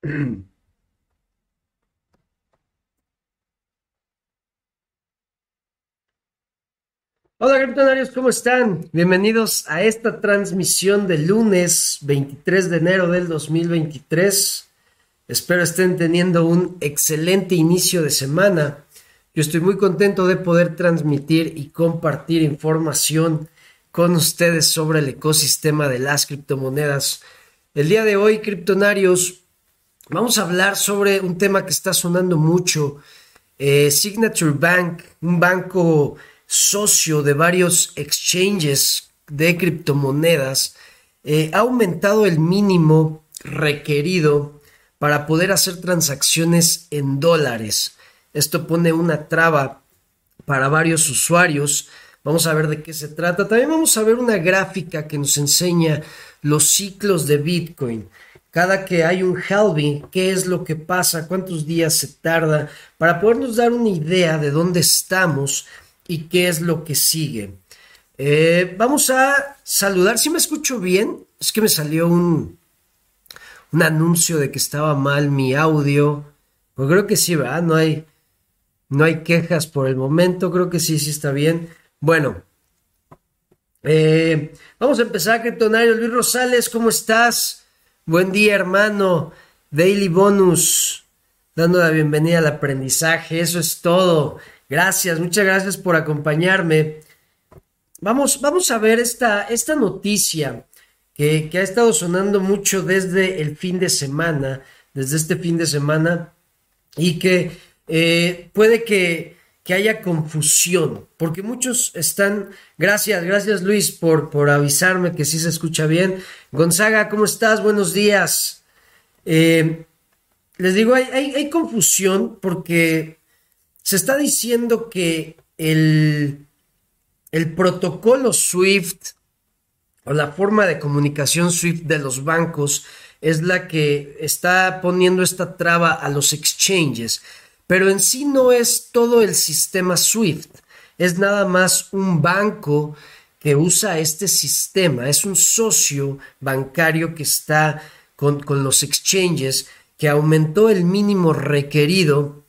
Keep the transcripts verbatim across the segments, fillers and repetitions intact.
Hola, criptonarios, ¿cómo están? Bienvenidos a esta transmisión del lunes veintitrés de enero del dos mil veintitrés. Espero estén teniendo un excelente inicio de semana. Yo estoy muy contento de poder transmitir y compartir información con ustedes sobre el ecosistema de las criptomonedas. El día de hoy, criptonarios, vamos a hablar sobre un tema que está sonando mucho. Eh, Signature Bank, un banco socio de varios exchanges de criptomonedas, eh, ha aumentado el mínimo requerido para poder hacer transacciones en dólares. Esto pone una traba para varios usuarios. Vamos a ver de qué se trata. También vamos a ver una gráfica que nos enseña los ciclos de Bitcoin. Cada que hay un halving, qué es lo que pasa, cuántos días se tarda, para podernos dar una idea de dónde estamos y qué es lo que sigue. Eh, vamos a saludar. ¿Si me escucho bien? Es que me salió un, un anuncio de que estaba mal mi audio. Pues creo que sí, ¿verdad? No hay, no hay quejas por el momento. Creo que sí, sí está bien. Bueno, eh, vamos a empezar, criptonario. Luis Rosales, ¿cómo estás? Buen día, hermano. Daily Bonus, dando la bienvenida al aprendizaje. Eso es todo. Gracias, muchas gracias por acompañarme. Vamos, vamos a ver esta, esta noticia que, que ha estado sonando mucho desde el fin de semana, desde este fin de semana, y que eh, puede que, que haya confusión, porque muchos están. Gracias, gracias Luis por, por avisarme que sí se escucha bien. Gonzaga, ¿cómo estás? Buenos días. Eh, les digo, hay, hay, hay confusión porque se está diciendo que el, el protocolo SWIFT o la forma de comunicación SWIFT de los bancos es la que está poniendo esta traba a los exchanges, pero en sí no es todo el sistema SWIFT, es nada más un banco que usa este sistema, es un socio bancario que está con, con los exchanges, que aumentó el mínimo requerido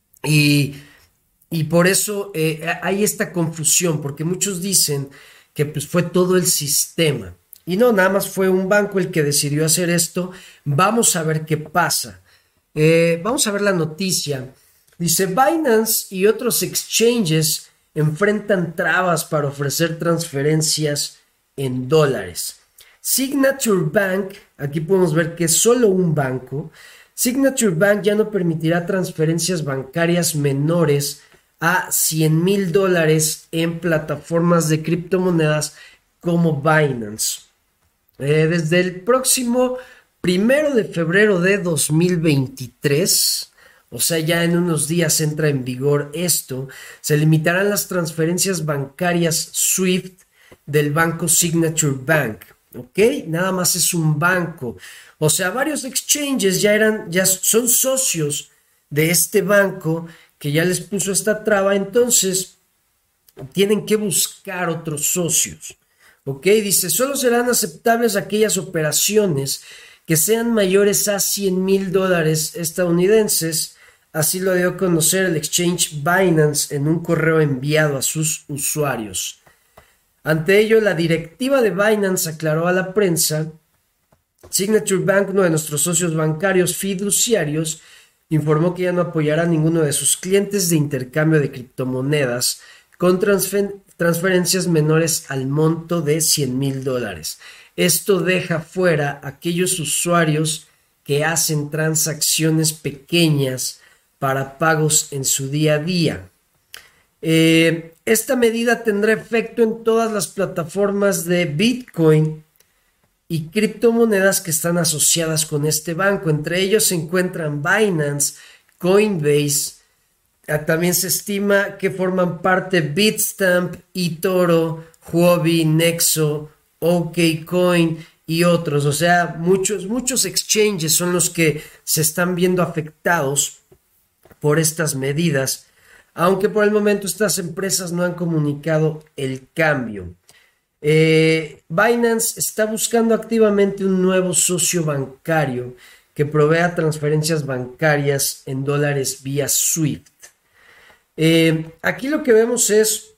y, y por eso eh, hay esta confusión, porque muchos dicen que pues, fue todo el sistema. Y no, nada más fue un banco el que decidió hacer esto. Vamos a ver qué pasa. Eh, vamos a ver la noticia. Dice, Binance y otros exchanges enfrentan trabas para ofrecer transferencias en dólares. Signature Bank, aquí podemos ver que es solo un banco. Signature Bank ya no permitirá transferencias bancarias menores a cien mil dólares en plataformas de criptomonedas como Binance. Eh, desde el próximo primero de febrero de dos mil veintitrés, o sea, ya en unos días entra en vigor esto, se limitarán las transferencias bancarias SWIFT del banco Signature Bank. ¿Ok? Nada más es un banco. O sea, varios exchanges ya eran, ya son socios de este banco que ya les puso esta traba, entonces tienen que buscar otros socios. ¿Ok? Dice, solo serán aceptables aquellas operaciones que sean mayores a cien mil dólares estadounidenses. Así lo dio a conocer el exchange Binance en un correo enviado a sus usuarios. Ante ello, la directiva de Binance aclaró a la prensa: Signature Bank, uno de nuestros socios bancarios fiduciarios, informó que ya no apoyará a ninguno de sus clientes de intercambio de criptomonedas con transfer transferencias menores al monto de cien mil dólares. Esto deja fuera a aquellos usuarios que hacen transacciones pequeñas para pagos en su día a día. Eh, esta medida tendrá efecto en todas las plataformas de Bitcoin y criptomonedas que están asociadas con este banco. Entre ellos se encuentran Binance, Coinbase. También se estima que forman parte Bitstamp, eToro, Huobi, Nexo, OKCoin y otros. O sea, muchos, muchos exchanges son los que se están viendo afectados por estas medidas, aunque por el momento estas empresas no han comunicado el cambio. Eh, Binance está buscando activamente un nuevo socio bancario que provea transferencias bancarias en dólares vía SWIFT. Eh, aquí lo que vemos es,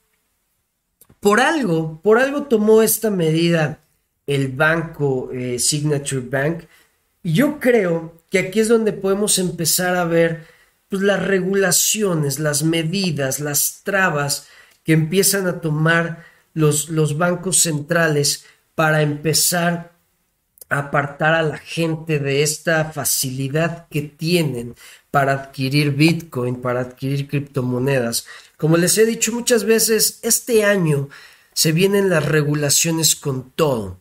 por algo, por algo tomó esta medida el banco eh, Signature Bank, y yo creo que aquí es donde podemos empezar a ver pues, las regulaciones, las medidas, las trabas que empiezan a tomar los, los bancos centrales para empezar a apartar a la gente de esta facilidad que tienen para adquirir Bitcoin, para adquirir criptomonedas. Como les he dicho muchas veces, este año se vienen las regulaciones con todo.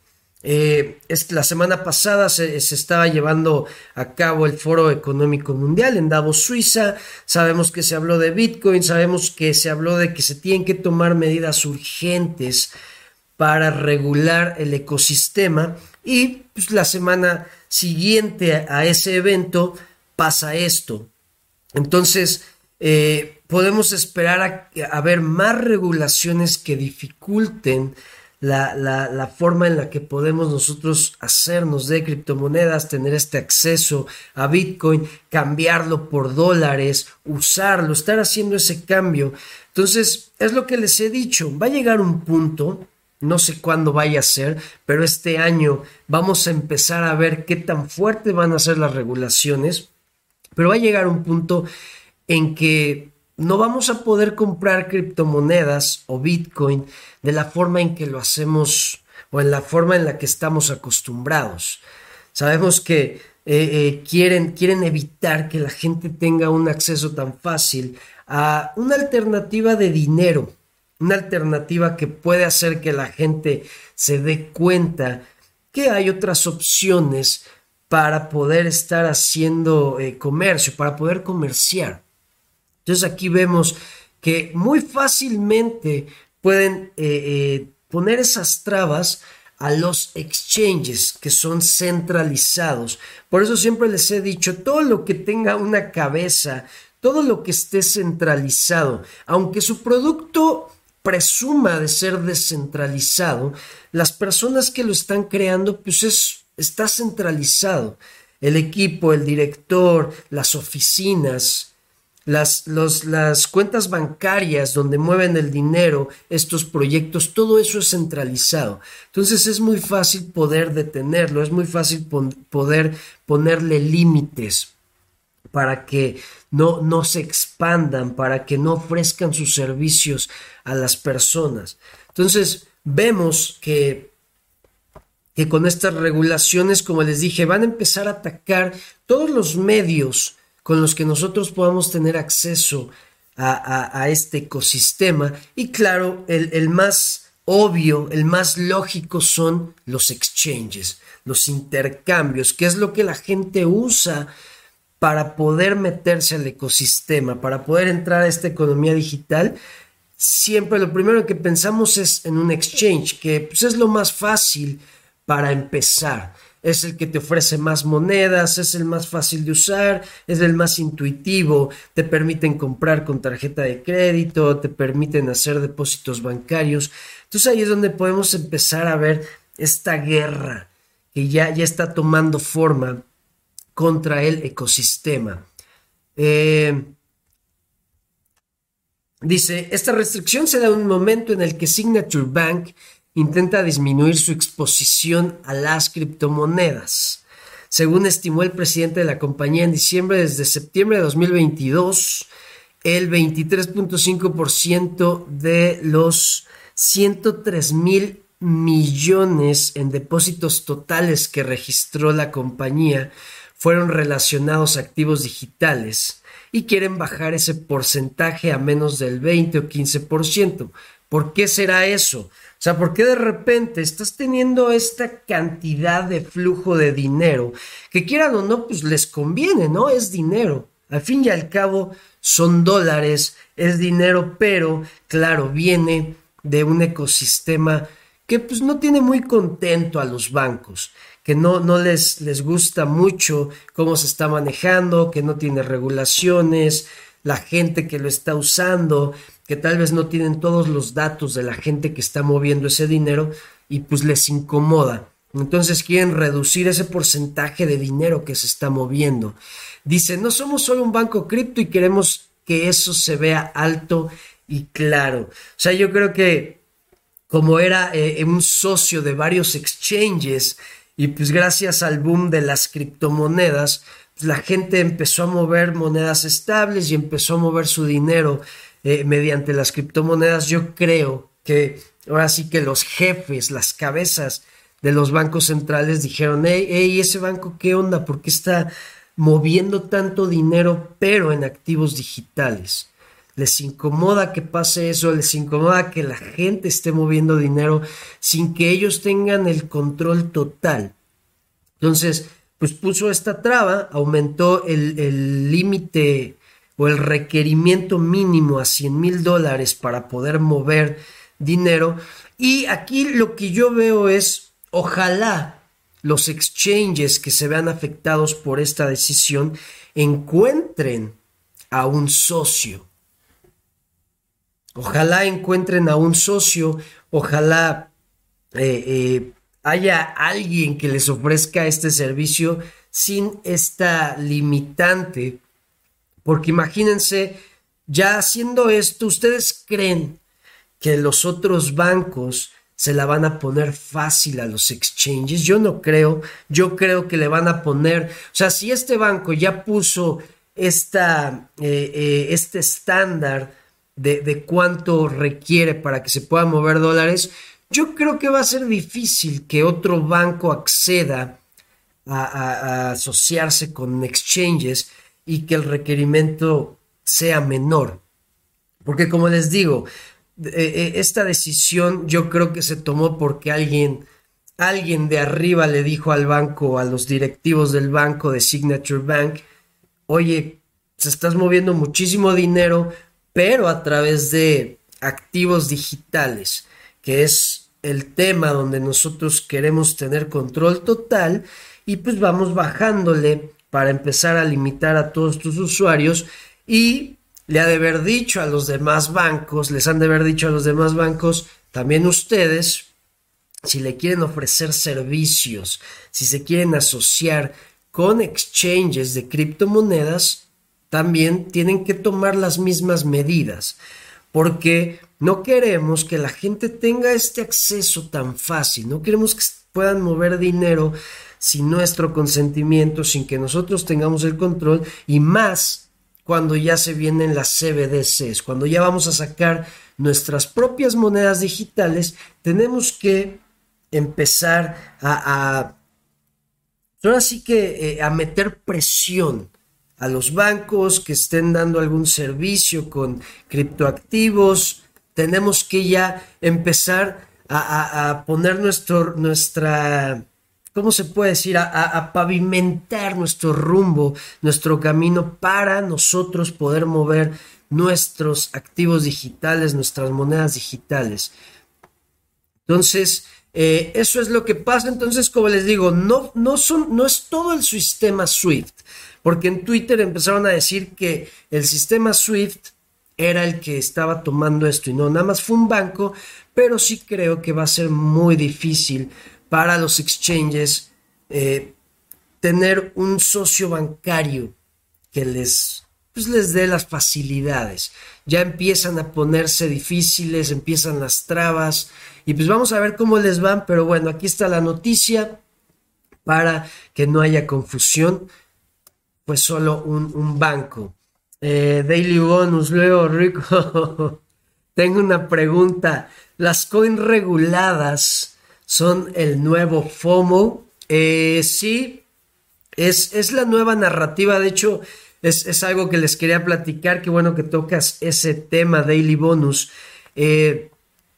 Eh, es, la semana pasada se, se estaba llevando a cabo el Foro Económico Mundial en Davos, Suiza. Sabemos que se habló de Bitcoin, sabemos que se habló de que se tienen que tomar medidas urgentes para regular el ecosistema, y pues, la semana siguiente a, a ese evento pasa esto. Entonces eh, podemos esperar a, a ver más regulaciones que dificulten La, la, la forma en la que podemos nosotros hacernos de criptomonedas, tener este acceso a Bitcoin, cambiarlo por dólares, usarlo, estar haciendo ese cambio. Entonces, es lo que les he dicho, va a llegar un punto, no sé cuándo vaya a ser, pero este año vamos a empezar a ver qué tan fuertes van a ser las regulaciones, pero va a llegar un punto en que no vamos a poder comprar criptomonedas o Bitcoin de la forma en que lo hacemos o en la forma en la que estamos acostumbrados. Sabemos que eh, eh, quieren, quieren evitar que la gente tenga un acceso tan fácil a una alternativa de dinero, una alternativa que puede hacer que la gente se dé cuenta que hay otras opciones para poder estar haciendo eh, comercio, para poder comerciar. Entonces aquí vemos que muy fácilmente pueden eh, eh, poner esas trabas a los exchanges que son centralizados. Por eso siempre les he dicho, todo lo que tenga una cabeza, todo lo que esté centralizado, aunque su producto presuma de ser descentralizado, las personas que lo están creando, pues es, está centralizado. El equipo, el director, las oficinas, Las, los, las cuentas bancarias donde mueven el dinero, estos proyectos, todo eso es centralizado. Entonces es muy fácil poder detenerlo, es muy fácil pon, poder ponerle límites para que no, no se expandan, para que no ofrezcan sus servicios a las personas. Entonces vemos que, que con estas regulaciones, como les dije, van a empezar a atacar todos los medios con los que nosotros podamos tener acceso a, a, a este ecosistema. Y claro, el, el más obvio, el más lógico son los exchanges, los intercambios, que es lo que la gente usa para poder meterse al ecosistema, para poder entrar a esta economía digital. Siempre lo primero que pensamos es en un exchange, que pues, es lo más fácil para empezar. Es el que te ofrece más monedas, es el más fácil de usar, es el más intuitivo, te permiten comprar con tarjeta de crédito, te permiten hacer depósitos bancarios. Entonces ahí es donde podemos empezar a ver esta guerra que ya, ya está tomando forma contra el ecosistema. Eh, dice, esta restricción se da en un momento en el que Signature Bank intenta disminuir su exposición a las criptomonedas. Según estimó el presidente de la compañía en diciembre, desde septiembre de dos mil veintidós, el veintitrés punto cinco por ciento de los ciento tres mil millones en depósitos totales que registró la compañía fueron relacionados a activos digitales, y quieren bajar ese porcentaje a menos del veinte o quince por ciento. ¿Por qué será eso? O sea, ¿por qué de repente estás teniendo esta cantidad de flujo de dinero? Que quieran o no, pues les conviene, ¿no? Es dinero. Al fin y al cabo son dólares, es dinero, pero claro, viene de un ecosistema que pues no tiene muy contento a los bancos, que no, no les, les gusta mucho cómo se está manejando, que no tiene regulaciones, la gente que lo está usando, que tal vez no tienen todos los datos de la gente que está moviendo ese dinero y pues les incomoda. Entonces quieren reducir ese porcentaje de dinero que se está moviendo. Dice, no somos solo un banco cripto y queremos que eso se vea alto y claro. O sea, yo creo que como era eh, un socio de varios exchanges y pues gracias al boom de las criptomonedas, pues la gente empezó a mover monedas estables y empezó a mover su dinero eh, mediante las criptomonedas. Yo creo que ahora sí que los jefes, las cabezas de los bancos centrales dijeron, hey, hey, ese banco, ¿qué onda? ¿Por qué está moviendo tanto dinero, pero en activos digitales? Les incomoda que pase eso, les incomoda que la gente esté moviendo dinero sin que ellos tengan el control total. Entonces, pues puso esta traba, aumentó el límite o el requerimiento mínimo a cien mil dólares para poder mover dinero. Y aquí lo que yo veo es, ojalá los exchanges que se vean afectados por esta decisión encuentren a un socio. Ojalá encuentren a un socio, ojalá eh, eh, haya alguien que les ofrezca este servicio sin esta limitante. Porque imagínense, ya haciendo esto, ¿ustedes creen que los otros bancos se la van a poner fácil a los exchanges? Yo no creo, yo creo que le van a poner, o sea, si este banco ya puso esta, eh, eh, este estándar de, de cuánto requiere para que se puedan mover dólares, yo creo que va a ser difícil que otro banco acceda a, a, a asociarse con exchanges y que el requerimiento sea menor. Porque como les digo, esta decisión yo creo que se tomó porque alguien, alguien de arriba le dijo al banco, a los directivos del banco de Signature Bank, oye, se estás moviendo muchísimo dinero, pero a través de activos digitales, que es el tema donde nosotros queremos tener control total, y pues vamos bajándole para empezar a limitar a todos tus usuarios. Y le ha de haber dicho a los demás bancos, les han de haber dicho a los demás bancos, también ustedes, si le quieren ofrecer servicios, si se quieren asociar con exchanges de criptomonedas, también tienen que tomar las mismas medidas, porque no queremos que la gente tenga este acceso tan fácil, no queremos que puedan mover dinero sin nuestro consentimiento, sin que nosotros tengamos el control, y más cuando ya se vienen las C B D Cs, cuando ya vamos a sacar nuestras propias monedas digitales, tenemos que empezar a, a ahora sí que eh, a meter presión a los bancos que estén dando algún servicio con criptoactivos. Tenemos que ya empezar a, a, a poner nuestro, nuestra... ¿cómo se puede decir? A, a, a pavimentar nuestro rumbo, nuestro camino para nosotros poder mover nuestros activos digitales, nuestras monedas digitales. Entonces, eh, eso es lo que pasa. Entonces, como les digo, no, no, son, no es todo el sistema SWIFT, porque en Twitter empezaron a decir que el sistema SWIFT era el que estaba tomando esto y no, nada más fue un banco, pero sí creo que va a ser muy difícil para los exchanges eh, tener un socio bancario que les, pues les dé las facilidades. Ya empiezan a ponerse difíciles, empiezan las trabas y pues vamos a ver cómo les van, pero bueno, aquí está la noticia para que no haya confusión, pues solo un, un banco. Eh, Daily Bonus, luego Rico, tengo una pregunta. Las coins reguladas son el nuevo FOMO. Eh, sí, es, es la nueva narrativa. De hecho, es, es algo que les quería platicar. Qué bueno que tocas ese tema, Daily Bonus. Eh,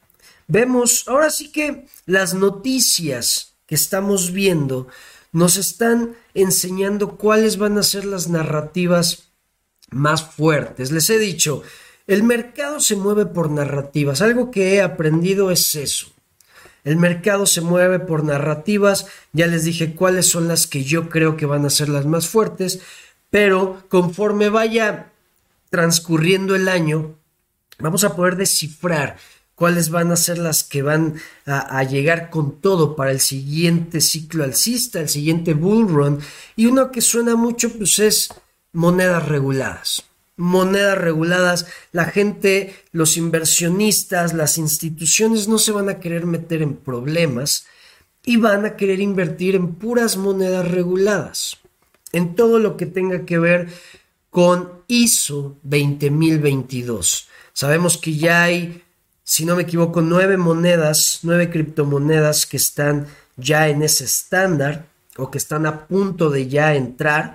vemos, ahora sí que las noticias que estamos viendo nos están enseñando cuáles van a ser las narrativas más fuertes. Les he dicho, el mercado se mueve por narrativas. Algo que he aprendido es eso. El mercado se mueve por narrativas, ya les dije cuáles son las que yo creo que van a ser las más fuertes, pero conforme vaya transcurriendo el año, vamos a poder descifrar cuáles van a ser las que van a, a llegar con todo para el siguiente ciclo alcista, el siguiente bull run. Y uno que suena mucho pues es monedas reguladas. Monedas reguladas, la gente, los inversionistas, las instituciones no se van a querer meter en problemas y van a querer invertir en puras monedas reguladas, en todo lo que tenga que ver con I S O veinte mil veintidós. Sabemos que ya hay, si no me equivoco, nueve monedas, nueve criptomonedas que están ya en ese estándar o que están a punto de ya entrar,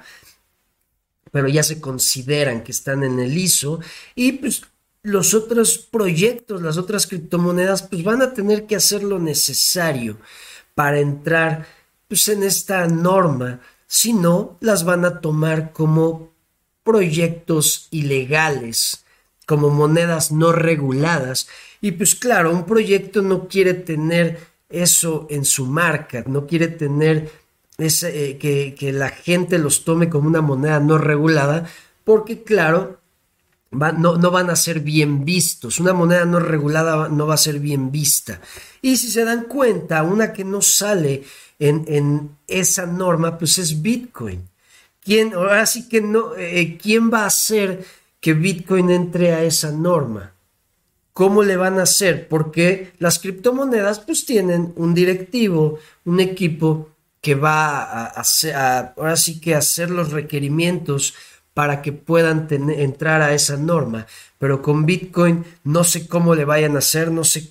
pero ya se consideran que están en el I S O, y pues los otros proyectos, las otras criptomonedas, pues van a tener que hacer lo necesario para entrar pues en esta norma, si no, las van a tomar como proyectos ilegales, como monedas no reguladas, y pues claro, un proyecto no quiere tener eso en su marca, no quiere tener es eh, que, que la gente los tome como una moneda no regulada, porque claro, va, no, no van a ser bien vistos. Una moneda no regulada no va a ser bien vista. Y si se dan cuenta, una que no sale en, en esa norma, pues es Bitcoin. ¿Quién, ahora sí que no, eh, ¿quién va a hacer que Bitcoin entre a esa norma? ¿Cómo le van a hacer? Porque las criptomonedas pues tienen un directivo, un equipo que va a hacer, a, ahora sí que hacer los requerimientos para que puedan tener, entrar a esa norma. Pero con Bitcoin no sé cómo le vayan a hacer, no sé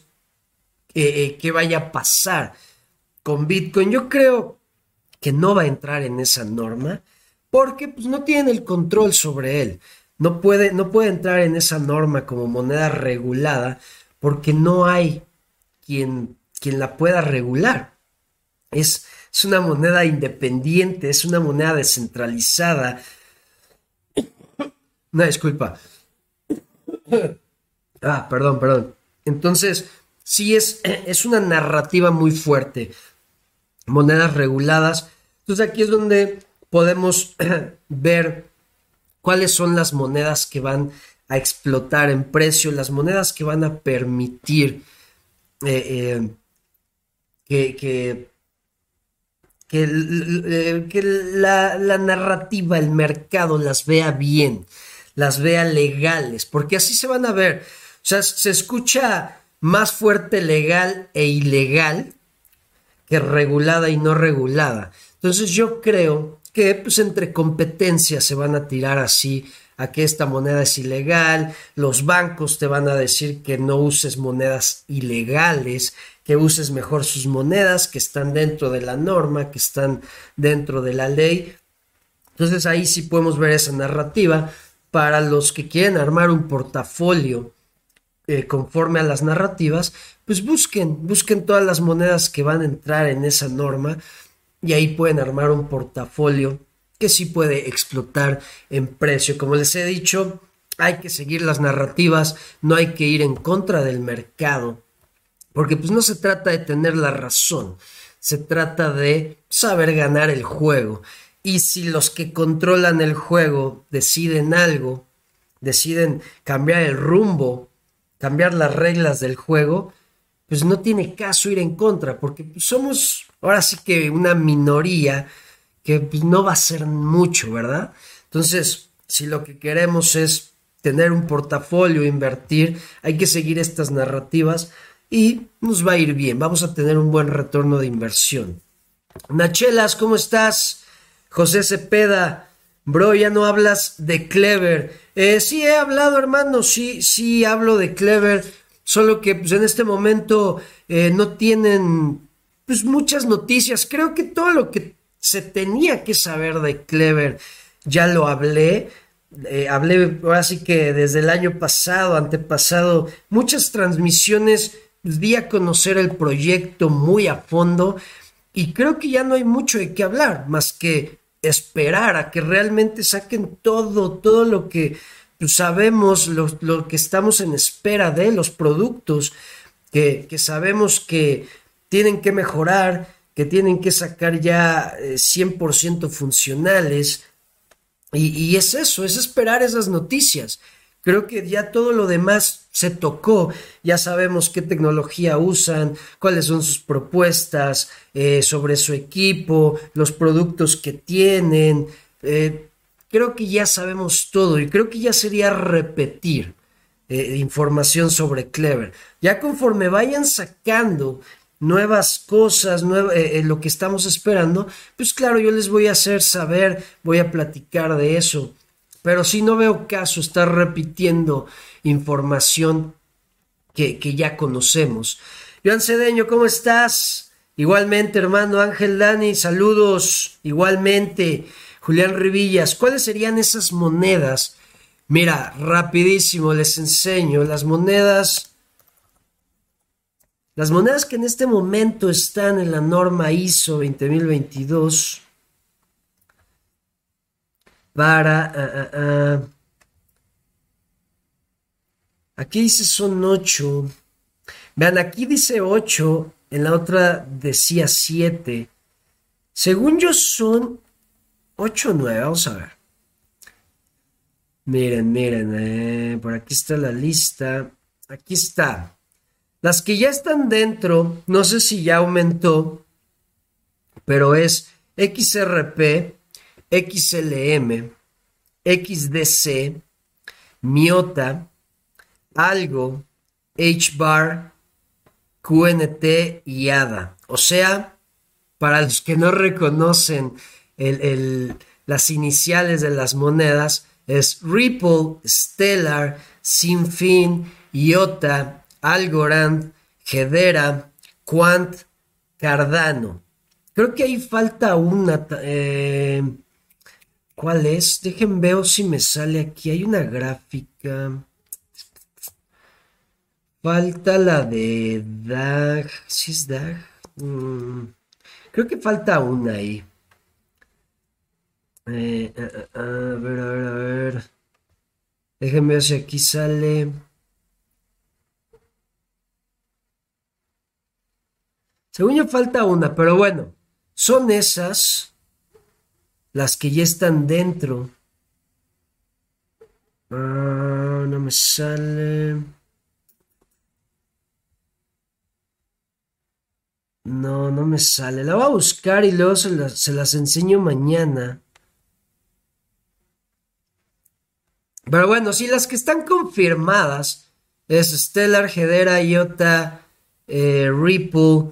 eh, eh, qué vaya a pasar con Bitcoin. Yo creo que no va a entrar en esa norma porque pues, no tienen el control sobre él. No puede, no puede entrar en esa norma como moneda regulada porque no hay quien, quien la pueda regular. Es, es una moneda independiente, es una moneda descentralizada. Una disculpa. Ah, perdón, perdón. Entonces, sí es, es una narrativa muy fuerte. Monedas reguladas. Entonces aquí es donde podemos ver cuáles son las monedas que van a explotar en precio, las monedas que van a permitir eh, eh, que... que que, que la, la narrativa, el mercado las vea bien, las vea legales, porque así se van a ver. O sea, se escucha más fuerte legal e ilegal que regulada y no regulada. Entonces yo creo que pues entre competencias se van a tirar así a que esta moneda es ilegal, los bancos te van a decir que no uses monedas ilegales, que uses mejor sus monedas que están dentro de la norma, que están dentro de la ley. Entonces ahí sí podemos ver esa narrativa. Para los que quieren armar un portafolio eh, conforme a las narrativas, pues busquen, busquen todas las monedas que van a entrar en esa norma y ahí pueden armar un portafolio que sí puede explotar en precio. Como les he dicho, hay que seguir las narrativas, no hay que ir en contra del mercado, porque pues no se trata de tener la razón, se trata de saber ganar el juego. Y si los que controlan el juego deciden algo, deciden cambiar el rumbo, cambiar las reglas del juego, pues no tiene caso ir en contra, porque pues somos ahora sí que una minoría que pues no va a ser mucho, ¿verdad? Entonces, si lo que queremos es tener un portafolio, invertir, hay que seguir estas narrativas y nos va a ir bien, vamos a tener un buen retorno de inversión. Nachelas, ¿cómo estás? José Cepeda, bro, ya no hablas de Clever. Eh, sí he hablado, hermano, sí, sí hablo de Clever, solo que pues en este momento eh, no tienen pues muchas noticias. Creo que todo lo que se tenía que saber de Clever ya lo hablé. Eh, hablé así que desde el año pasado, antepasado, muchas transmisiones, di a conocer el proyecto muy a fondo y creo que ya no hay mucho de qué hablar, más que esperar a que realmente saquen todo, todo lo que pues, sabemos, lo, lo que estamos en espera de los productos, que, que sabemos que tienen que mejorar, que tienen que sacar ya eh, cien por ciento funcionales. Y, y es eso, es esperar esas noticias. Creo que ya todo lo demás se tocó, ya sabemos qué tecnología usan, cuáles son sus propuestas eh, sobre su equipo, los productos que tienen. Eh, creo que ya sabemos todo y creo que ya sería repetir eh, información sobre Clever. Ya conforme vayan sacando nuevas cosas, nueva, eh, eh, lo que estamos esperando, pues claro, yo les voy a hacer saber, voy a platicar de eso. Pero sí no veo caso estar repitiendo información que, que ya conocemos. Joan Cedeño, ¿cómo estás? Igualmente, hermano Ángel Dani, saludos. Igualmente, Julián Rivillas, ¿cuáles serían esas monedas? Mira, rapidísimo les enseño. Las monedas, las monedas que en este momento están en la norma I S O veinte mil veintidós. Para... Uh, uh, uh. Aquí dice son ocho. Vean, aquí dice ocho. En la otra decía siete. Según yo son ocho o nueve. Vamos a ver. Miren, miren. Eh, por aquí está la lista. Aquí está. Las que ya están dentro. No sé si ya aumentó. Pero es X R P. X L M, X D C, Miota, Algo, H-Bar, Q N T y A D A. O sea, para los que no reconocen el, el, las iniciales de las monedas, es Ripple, Stellar, Sinfin, Iota, Algorand, Hedera, Quant, Cardano. Creo que ahí falta una... Eh, ¿Cuál es? Dejen veo si me sale aquí. Hay una gráfica. Falta la de D A G. ¿Sí es D A G? Mm, creo que falta una ahí. Eh, a, a, a ver, a ver, a ver. Déjenme ver si aquí sale. Según yo falta una, pero bueno. Son esas las que ya están dentro. Ah, no me sale. No, no me sale. La voy a buscar y luego se las, se las enseño mañana. Pero bueno, sí, las que están confirmadas es Stellar, Hedera, Iota, eh, Ripple,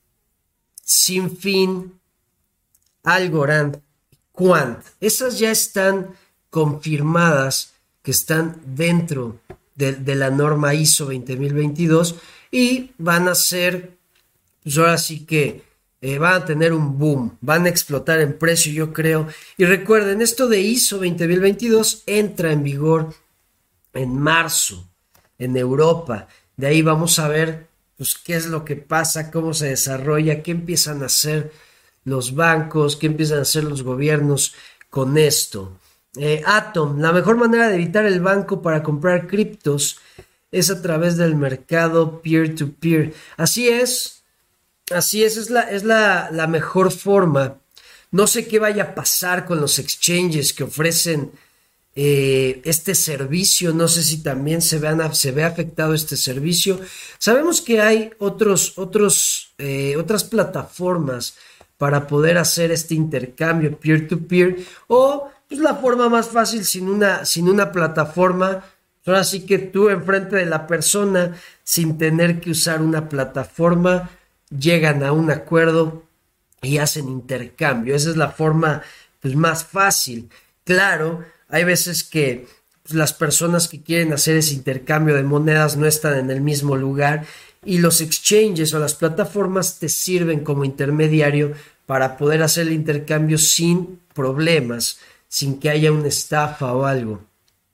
Sinfin, Algorand, Quant. Esas ya están confirmadas que están dentro de, de la norma I S O veinte mil veintidós y van a ser, pues ahora sí que eh, van a tener un boom, van a explotar en precio, yo creo. Y recuerden, esto de I S O veinte mil veintidós entra en vigor en marzo en Europa. De ahí vamos a ver pues qué es lo que pasa, cómo se desarrolla, qué empiezan a hacer los bancos, qué empiezan a hacer los gobiernos con esto. Eh, Atom, la mejor manera de evitar el banco para comprar criptos es a través del mercado peer-to-peer. Así es, así es, es la, es la, la mejor forma. No sé qué vaya a pasar con los exchanges que ofrecen eh, este servicio. No sé si también se, vean, se ve afectado este servicio. Sabemos que hay otros, otros, eh, otras plataformas para poder hacer este intercambio peer-to-peer o pues, la forma más fácil sin una, sin una plataforma. Ahora sí que tú enfrente de la persona sin tener que usar una plataforma llegan a un acuerdo y hacen intercambio. Esa es la forma pues, más fácil. Claro, hay veces que pues, las personas que quieren hacer ese intercambio de monedas no están en el mismo lugar y los exchanges o las plataformas te sirven como intermediario para poder hacer el intercambio sin problemas, sin que haya una estafa o algo.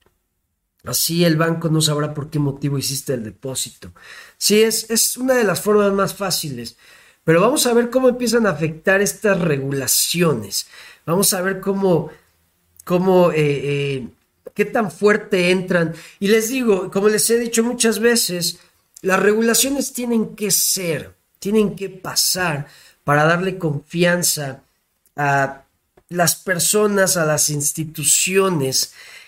Así el banco no sabrá por qué motivo hiciste el depósito. Sí, es, es una de las formas más fáciles. Pero vamos a ver cómo empiezan a afectar estas regulaciones. Vamos a ver cómo, cómo, eh, eh, qué tan fuerte entran. Y les digo, como les he dicho muchas veces, las regulaciones tienen que ser, tienen que pasar para darle confianza a las personas, a las instituciones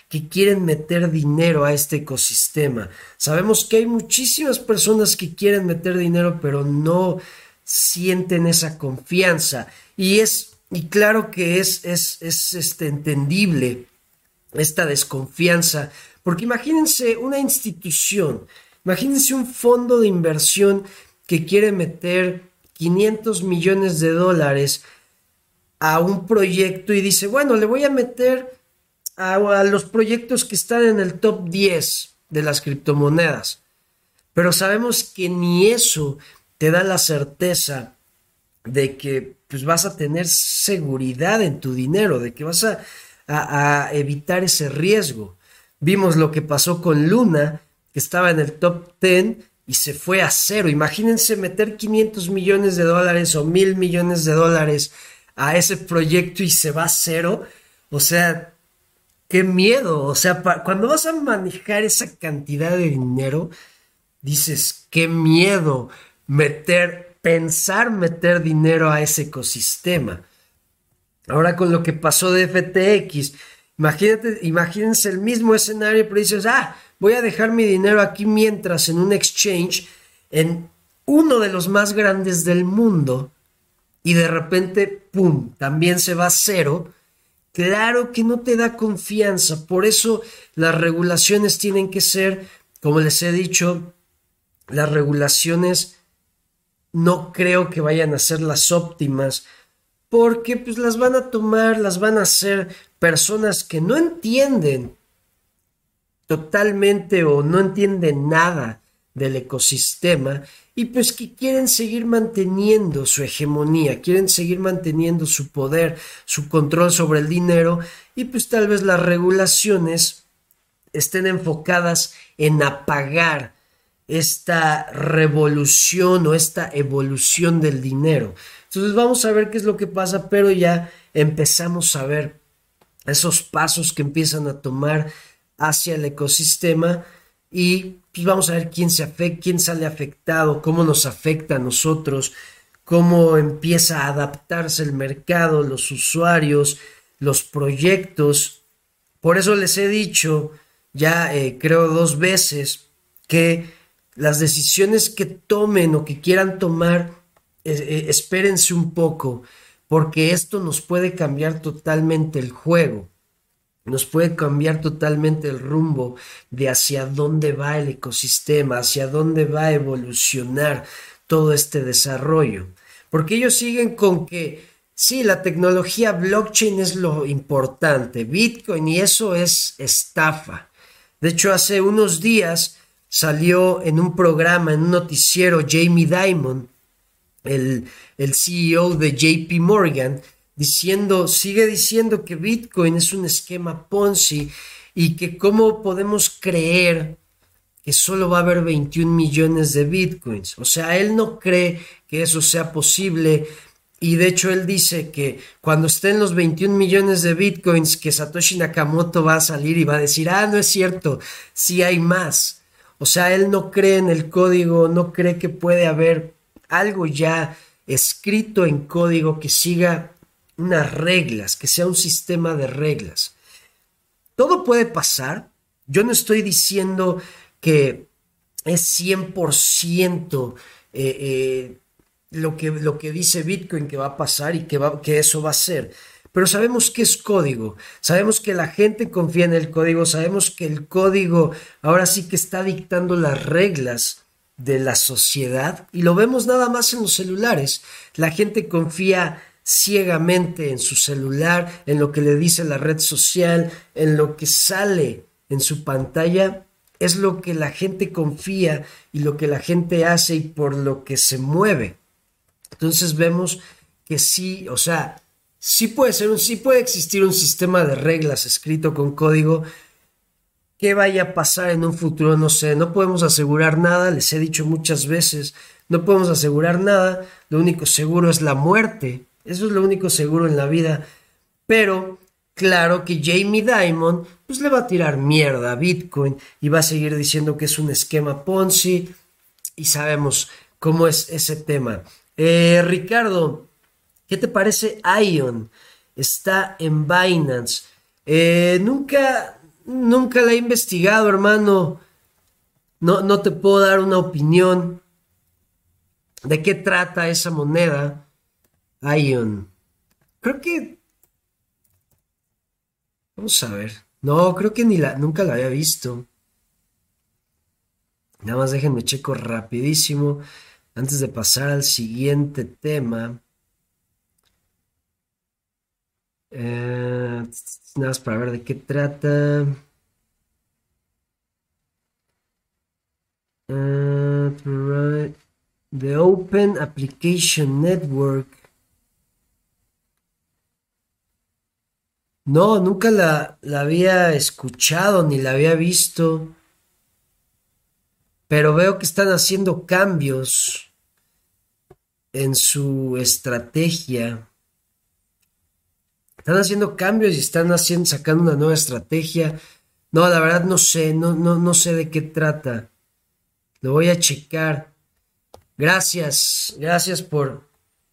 que quieren meter dinero a este ecosistema. Sabemos que hay muchísimas personas que quieren meter dinero, pero no sienten esa confianza. Y es, y claro que es, es, es este, entendible esta desconfianza, porque imagínense una institución, imagínense un fondo de inversión que quiere meter quinientos millones de dólares a un proyecto y dice, bueno, le voy a meter a, a los proyectos que están en el top diez de las criptomonedas. Pero sabemos que ni eso te da la certeza de que pues, vas a tener seguridad en tu dinero, de que vas a, a, a evitar ese riesgo. Vimos lo que pasó con Luna, que estaba en el top diez y se fue a cero. Imagínense meter quinientos millones de dólares o mil millones de dólares a ese proyecto y se va a cero. O sea, qué miedo. O sea, pa- cuando vas a manejar esa cantidad de dinero, dices, qué miedo meter, pensar meter dinero a ese ecosistema. Ahora con lo que pasó de F T X, imagínate, imagínense el mismo escenario, pero dices, ah, voy a dejar mi dinero aquí mientras en un exchange, en uno de los más grandes del mundo, y de repente, pum, también se va a cero. Claro que no te da confianza, por eso las regulaciones tienen que ser, como les he dicho, las regulaciones no creo que vayan a ser las óptimas, porque pues las van a tomar, las van a hacer personas que no entienden totalmente o no entienden nada del ecosistema y pues que quieren seguir manteniendo su hegemonía, quieren seguir manteniendo su poder, su control sobre el dinero y pues tal vez las regulaciones estén enfocadas en apagar esta revolución o esta evolución del dinero. Entonces vamos a ver qué es lo que pasa, pero ya empezamos a ver esos pasos que empiezan a tomar hacia el ecosistema y pues vamos a ver quién se afecta, quién sale afectado, cómo nos afecta a nosotros, cómo empieza a adaptarse el mercado, los usuarios, los proyectos. Por eso les he dicho ya eh, creo dos veces que las decisiones que tomen o que quieran tomar, eh, eh, espérense un poco, porque esto nos puede cambiar totalmente el juego, nos puede cambiar totalmente el rumbo de hacia dónde va el ecosistema, hacia dónde va a evolucionar todo este desarrollo. Porque ellos siguen con que sí, la tecnología blockchain es lo importante, Bitcoin y eso es estafa. De hecho, hace unos días salió en un programa, en un noticiero, Jamie Dimon, el, el C E O de J P Morgan, diciendo, sigue diciendo que Bitcoin es un esquema Ponzi y que cómo podemos creer que solo va a haber veintiún millones de Bitcoins. O sea, él no cree que eso sea posible y de hecho él dice que cuando estén los veintiún millones de Bitcoins que Satoshi Nakamoto va a salir y va a decir, ah, no es cierto, sí hay más. O sea, él no cree en el código, no cree que puede haber algo ya escrito en código que siga unas reglas, que sea un sistema de reglas. Todo puede pasar. Yo no estoy diciendo que es cien por ciento eh, eh, lo, que, lo que dice Bitcoin que va a pasar y que, va, que eso va a ser. Pero sabemos que es código, sabemos que la gente confía en el código, sabemos que el código ahora sí que está dictando las reglas de la sociedad y lo vemos nada más en los celulares. La gente confía ciegamente en su celular, en lo que le dice la red social, en lo que sale en su pantalla, es lo que la gente confía y lo que la gente hace y por lo que se mueve. Entonces vemos que sí, o sea, sí puede ser un, sí puede existir un sistema de reglas escrito con código. ¿Qué vaya a pasar en un futuro? No sé, no podemos asegurar nada, les he dicho muchas veces, no podemos asegurar nada, lo único seguro es la muerte, eso es lo único seguro en la vida, pero claro que Jamie Dimon pues le va a tirar mierda a Bitcoin y va a seguir diciendo que es un esquema Ponzi y sabemos cómo es ese tema. Eh, Ricardo, ¿qué te parece Ion? Está en Binance. Eh, nunca... nunca la he investigado, hermano. No, no te puedo dar una opinión de qué trata esa moneda. Ion. Creo que... Vamos a ver. No, creo que ni la, nunca la había visto. Nada más déjenme checo rapidísimo antes de pasar al siguiente tema. Eh, nada más para ver de qué trata. Uh, the Open Application Network. No, nunca la, la había escuchado ni la había visto. Pero veo que están haciendo cambios en su estrategia. Están haciendo cambios y están haciendo, sacando una nueva estrategia. No, la verdad no sé, no, no, no sé de qué trata. Lo voy a checar. Gracias, gracias por...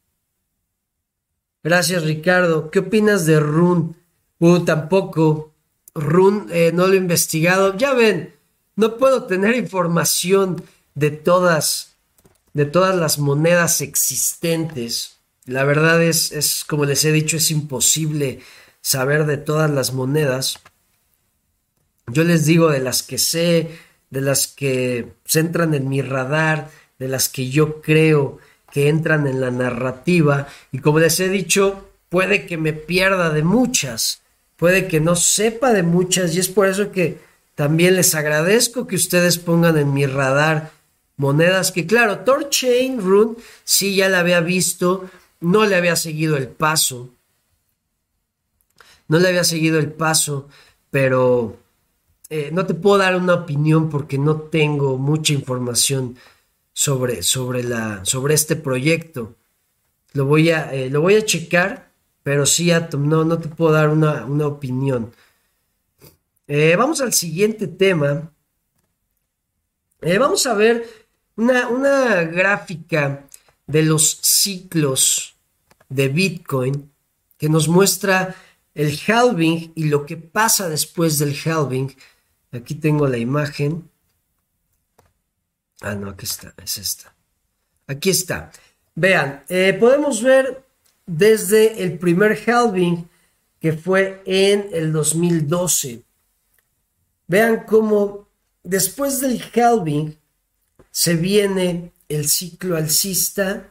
Gracias, Ricardo. ¿Qué opinas de Rune? Uh, tampoco. Rune, eh, no lo he investigado. Ya ven, no puedo tener información de todas, de todas las monedas existentes. La verdad es, es, como les he dicho, es imposible saber de todas las monedas. Yo les digo de las que sé, de las que se entran en mi radar, de las que yo creo que entran en la narrativa. Y como les he dicho, puede que me pierda de muchas, puede que no sepa de muchas, y es por eso que también les agradezco que ustedes pongan en mi radar monedas que, claro, Thorchain Rune sí ya la había visto, no le había seguido el paso, no le había seguido el paso, pero eh, no te puedo dar una opinión porque no tengo mucha información sobre, sobre, la, sobre este proyecto. Lo voy a, eh, lo voy a checar, pero sí, Atom, no, no te puedo dar una, una opinión. Eh, vamos al siguiente tema. Eh, vamos a ver una, una gráfica de los ciclos de Bitcoin que nos muestra el halving y lo que pasa después del halving. Aquí tengo la imagen. Ah, no, aquí está, es esta. Aquí está. Vean, eh, podemos ver desde el primer halving que fue en el dos mil doce. Vean cómo después del halving se viene el ciclo alcista,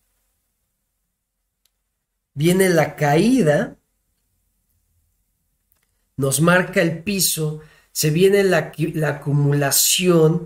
viene la caída, nos marca el piso, se viene la, la acumulación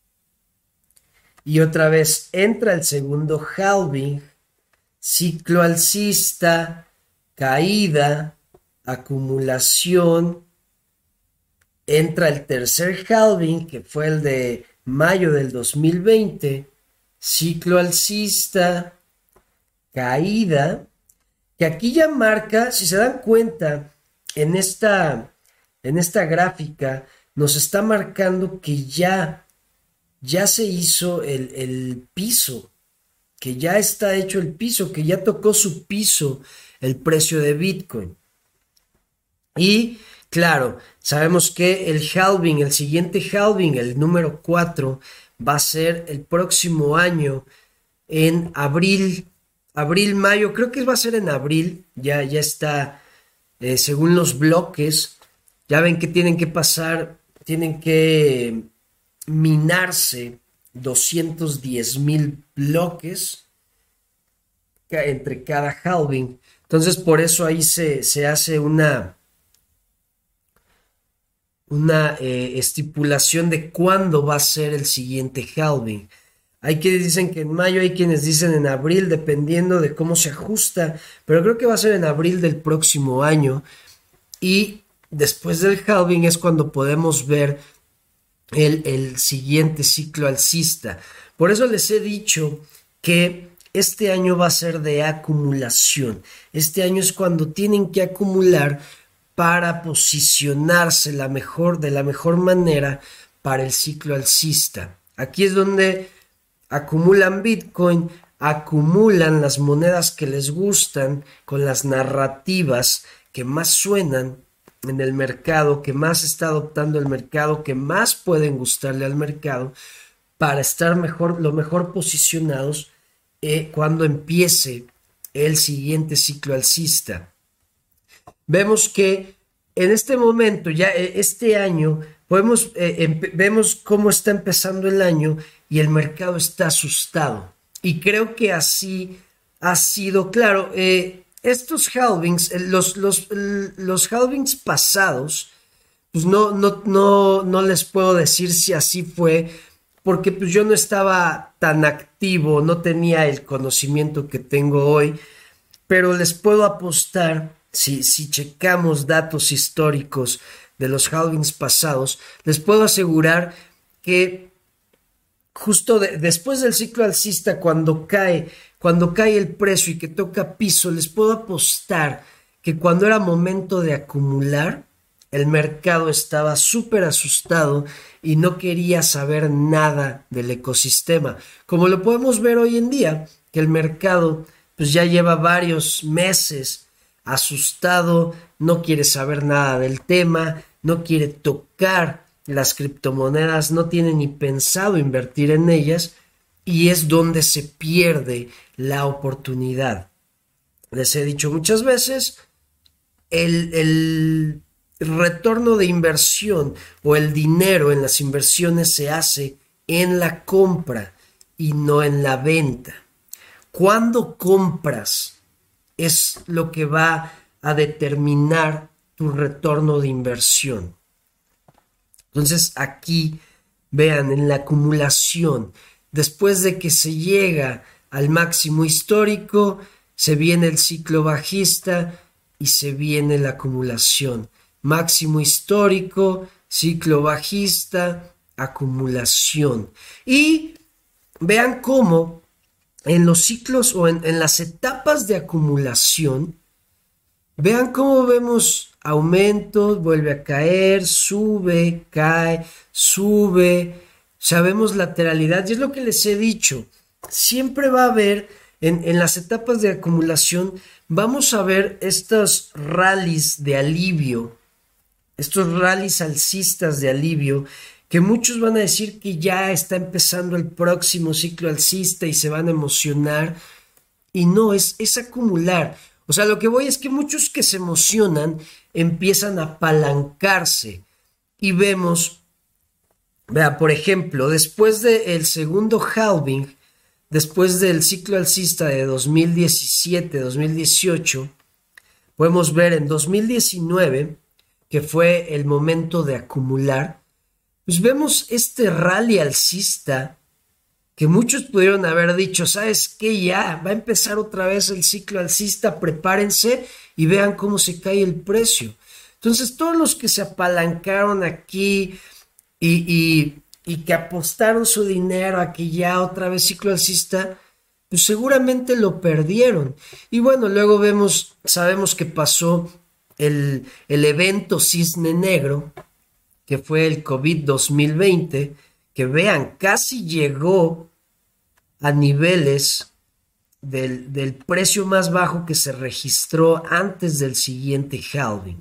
y otra vez entra el segundo halving, ciclo alcista, caída, acumulación, entra el tercer halving, que fue el de mayo del dos mil veinte, ciclo alcista, caída, que aquí ya marca, si se dan cuenta, en esta, en esta gráfica nos está marcando que ya, ya se hizo el, el piso, que ya está hecho el piso, que ya tocó su piso el precio de Bitcoin. Y claro, sabemos que el halving, el siguiente halving, el número cuatro, va a ser el próximo año en abril, abril, mayo, creo que va a ser en abril, ya, ya está, eh, según los bloques, ya ven que tienen que pasar, tienen que minarse doscientos diez mil bloques entre cada halving. Entonces por eso ahí se, se hace una, una eh, estipulación de cuándo va a ser el siguiente halving. Hay quienes dicen que en mayo, hay quienes dicen en abril, dependiendo de cómo se ajusta, pero creo que va a ser en abril del próximo año. Y después del halving es cuando podemos ver el, el siguiente ciclo alcista. Por eso les he dicho que este año va a ser de acumulación. Este año es cuando tienen que acumular para posicionarse la mejor, de la mejor manera para el ciclo alcista. Aquí es donde acumulan Bitcoin, acumulan las monedas que les gustan con las narrativas que más suenan en el mercado, que más está adoptando el mercado, que más pueden gustarle al mercado para estar mejor, lo mejor posicionados eh, cuando empiece el siguiente ciclo alcista. Vemos que en este momento, ya eh, este año, podemos, eh, vemos cómo está empezando el año y el mercado está asustado. Y creo que así ha sido, claro, eh, estos halvings, eh, los, los, los halvings pasados, pues no, no, no, no les puedo decir si así fue, porque pues yo no estaba tan activo, no tenía el conocimiento que tengo hoy, pero les puedo apostar, si, si checamos datos históricos de los halvings pasados, les puedo asegurar que justo de, después del ciclo alcista, cuando cae, cuando cae el precio y que toca piso, les puedo apostar que cuando era momento de acumular, el mercado estaba súper asustado y no quería saber nada del ecosistema. Como lo podemos ver hoy en día, que el mercado pues ya lleva varios meses asustado, no quiere saber nada del tema, no quiere tocar las criptomonedas, no tiene ni pensado invertir en ellas y es donde se pierde la oportunidad. Les he dicho muchas veces, el, el retorno de inversión o el dinero en las inversiones se hace en la compra y no en la venta. Cuando compras es lo que va a determinar tu retorno de inversión. Entonces aquí vean en la acumulación, después de que se llega al máximo histórico, se viene el ciclo bajista y se viene la acumulación. Máximo histórico, ciclo bajista, acumulación. Y vean cómo en los ciclos o en, en las etapas de acumulación, vean cómo vemos aumentos, vuelve a caer, sube, cae, sube, sabemos lateralidad y es lo que les he dicho, siempre va a haber en, en las etapas de acumulación, vamos a ver estos rallies de alivio, estos rallies alcistas de alivio, que muchos van a decir que ya está empezando el próximo ciclo alcista y se van a emocionar, y no, es, es acumular. O sea, lo que voy es que muchos que se emocionan empiezan a apalancarse y vemos, vea, por ejemplo, después del segundo halving, después del ciclo alcista de dos mil diecisiete, dos mil dieciocho, podemos ver en dos mil diecinueve, que fue el momento de acumular, pues vemos este rally alcista que muchos pudieron haber dicho, ¿sabes qué? Ya va a empezar otra vez el ciclo alcista, prepárense y vean cómo se cae el precio. Entonces, todos los que se apalancaron aquí y, y, y que apostaron su dinero a que ya otra vez ciclo alcista, pues seguramente lo perdieron. Y bueno, luego vemos, sabemos que pasó el, el evento Cisne Negro, que fue el COVID dos mil veinte, que vean, casi llegó a niveles del, del precio más bajo que se registró antes del siguiente halving.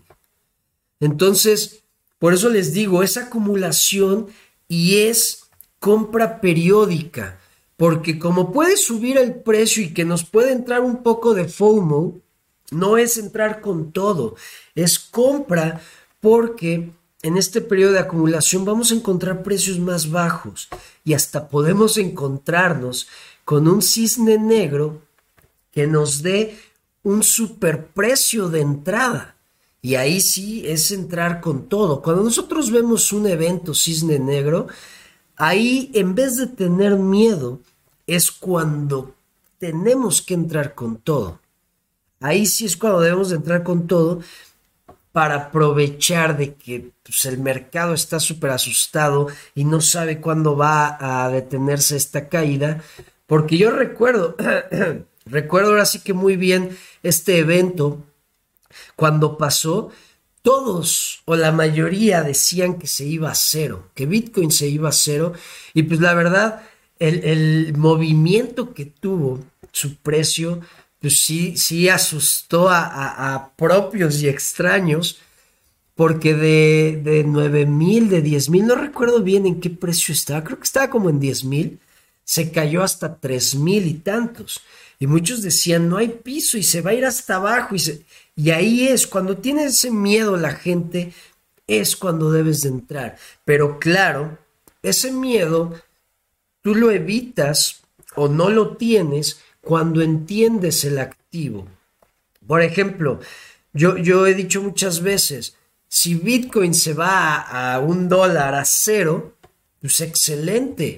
Entonces, por eso les digo, es acumulación y es compra periódica, porque como puede subir el precio y que nos puede entrar un poco de FOMO, no es entrar con todo, es compra porque en este periodo de acumulación vamos a encontrar precios más bajos y hasta podemos encontrarnos con un cisne negro que nos dé un superprecio de entrada. Y ahí sí es entrar con todo. Cuando nosotros vemos un evento cisne negro, ahí en vez de tener miedo, es cuando tenemos que entrar con todo. Ahí sí es cuando debemos de entrar con todo, para aprovechar de que pues, el mercado está súper asustado y no sabe cuándo va a detenerse esta caída, porque yo recuerdo, recuerdo ahora sí que muy bien este evento, cuando pasó, todos o la mayoría decían que se iba a cero, que Bitcoin se iba a cero, y pues la verdad, el, el movimiento que tuvo su precio, pues sí, sí asustó a, a, a propios y extraños, porque de, de nueve mil, de diez mil, no recuerdo bien en qué precio estaba, creo que estaba como en diez mil, se cayó hasta tres mil y tantos. Y muchos decían, no hay piso y se va a ir hasta abajo. Y, se, y ahí es, cuando tiene ese miedo la gente, es cuando debes de entrar. Pero claro, ese miedo tú lo evitas o no lo tienes cuando entiendes el activo. Por ejemplo, yo, yo he dicho muchas veces, si Bitcoin se va a, a un dólar, a cero, pues excelente.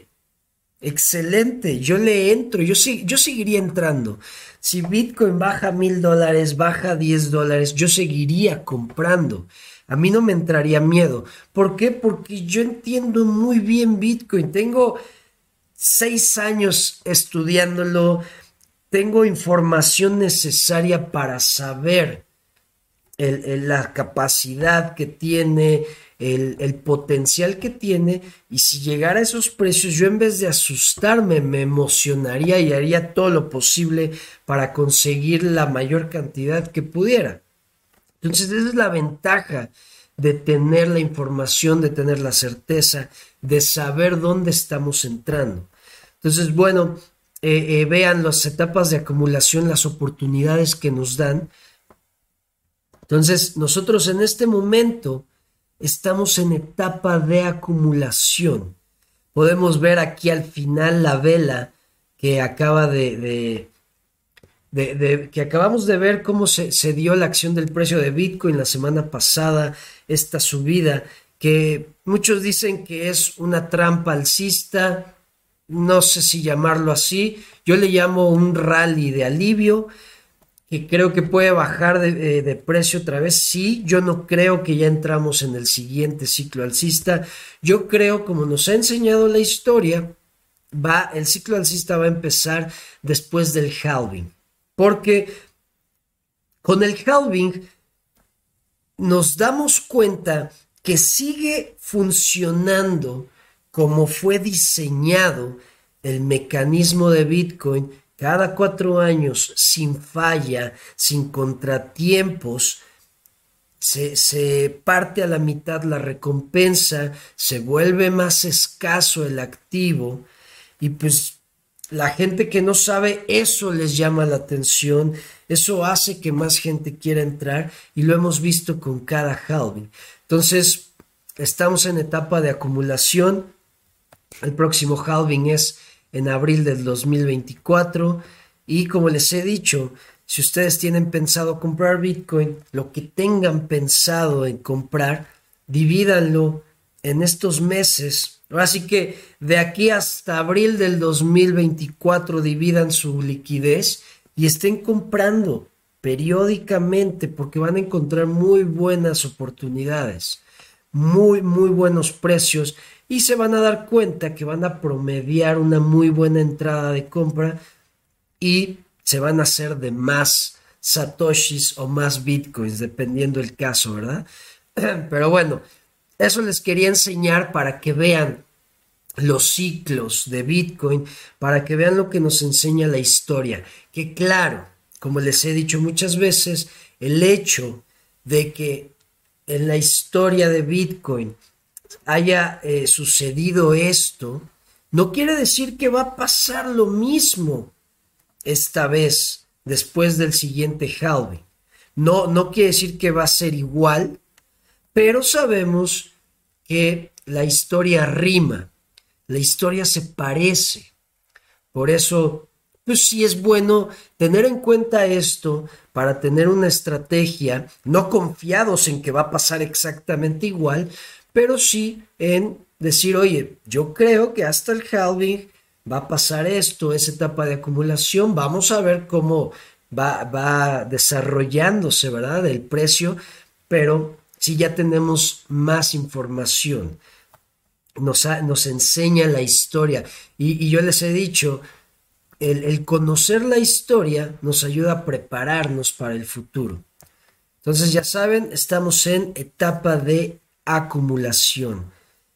Excelente, yo le entro, yo, sí, yo seguiría entrando. Si Bitcoin baja mil dólares, baja diez dólares, yo seguiría comprando. A mí no me entraría miedo. ¿Por qué? Porque yo entiendo muy bien Bitcoin. Tengo seis años estudiándolo, tengo información necesaria para saber el, el, la capacidad que tiene, el, el potencial que tiene, y si llegara a esos precios, yo en vez de asustarme, me emocionaría y haría todo lo posible para conseguir la mayor cantidad que pudiera. Entonces, esa es la ventaja de tener la información, de tener la certeza, de saber dónde estamos entrando. Entonces, bueno, eh, eh, vean las etapas de acumulación, las oportunidades que nos dan. Entonces, nosotros en este momento estamos en etapa de acumulación. Podemos ver aquí al final la vela que acaba de, de, de, de que acabamos de ver cómo se, se dio la acción del precio de Bitcoin la semana pasada, esta subida, que muchos dicen que es una trampa alcista, no sé si llamarlo así, yo le llamo un rally de alivio, que creo que puede bajar de, de, de, precio otra vez. Sí, yo no creo que ya entramos en el siguiente ciclo alcista. Yo creo, como nos ha enseñado la historia, va, el ciclo alcista va a empezar después del halving. Porque con el halving nos damos cuenta que sigue funcionando como fue diseñado el mecanismo de Bitcoin. Cada cuatro años, sin falla, sin contratiempos, se, se parte a la mitad la recompensa, se vuelve más escaso el activo, y pues la gente que no sabe, eso les llama la atención, eso hace que más gente quiera entrar, y lo hemos visto con cada halving. Entonces, estamos en etapa de acumulación. El próximo halving es en abril del dos mil veinticuatro, y como les he dicho, si ustedes tienen pensado comprar Bitcoin, lo que tengan pensado en comprar, divídanlo en estos meses. Así que de aquí hasta abril del dos mil veinticuatro dividan su liquidez y estén comprando periódicamente, porque van a encontrar muy buenas oportunidades, muy muy buenos precios, y se van a dar cuenta que van a promediar una muy buena entrada de compra y se van a hacer de más satoshis o más bitcoins, dependiendo el caso, ¿verdad? Pero bueno, eso les quería enseñar para que vean los ciclos de Bitcoin, para que vean lo que nos enseña la historia. Que claro, como les he dicho muchas veces, el hecho de que en la historia de Bitcoin haya eh, sucedido esto, no quiere decir que va a pasar lo mismo esta vez, después del siguiente halving. No, no quiere decir que va a ser igual, pero sabemos que la historia rima, la historia se parece. Por eso, pues sí es bueno tener en cuenta esto para tener una estrategia, no confiados en que va a pasar exactamente igual, pero sí en decir, oye, yo creo que hasta el halving va a pasar esto, esa etapa de acumulación, vamos a ver cómo va, va desarrollándose, ¿verdad?, el precio, pero si ya tenemos más información, nos, ha, nos enseña la historia, y, y yo les he dicho, el, el conocer la historia nos ayuda a prepararnos para el futuro. Entonces ya saben, estamos en etapa de acumulación.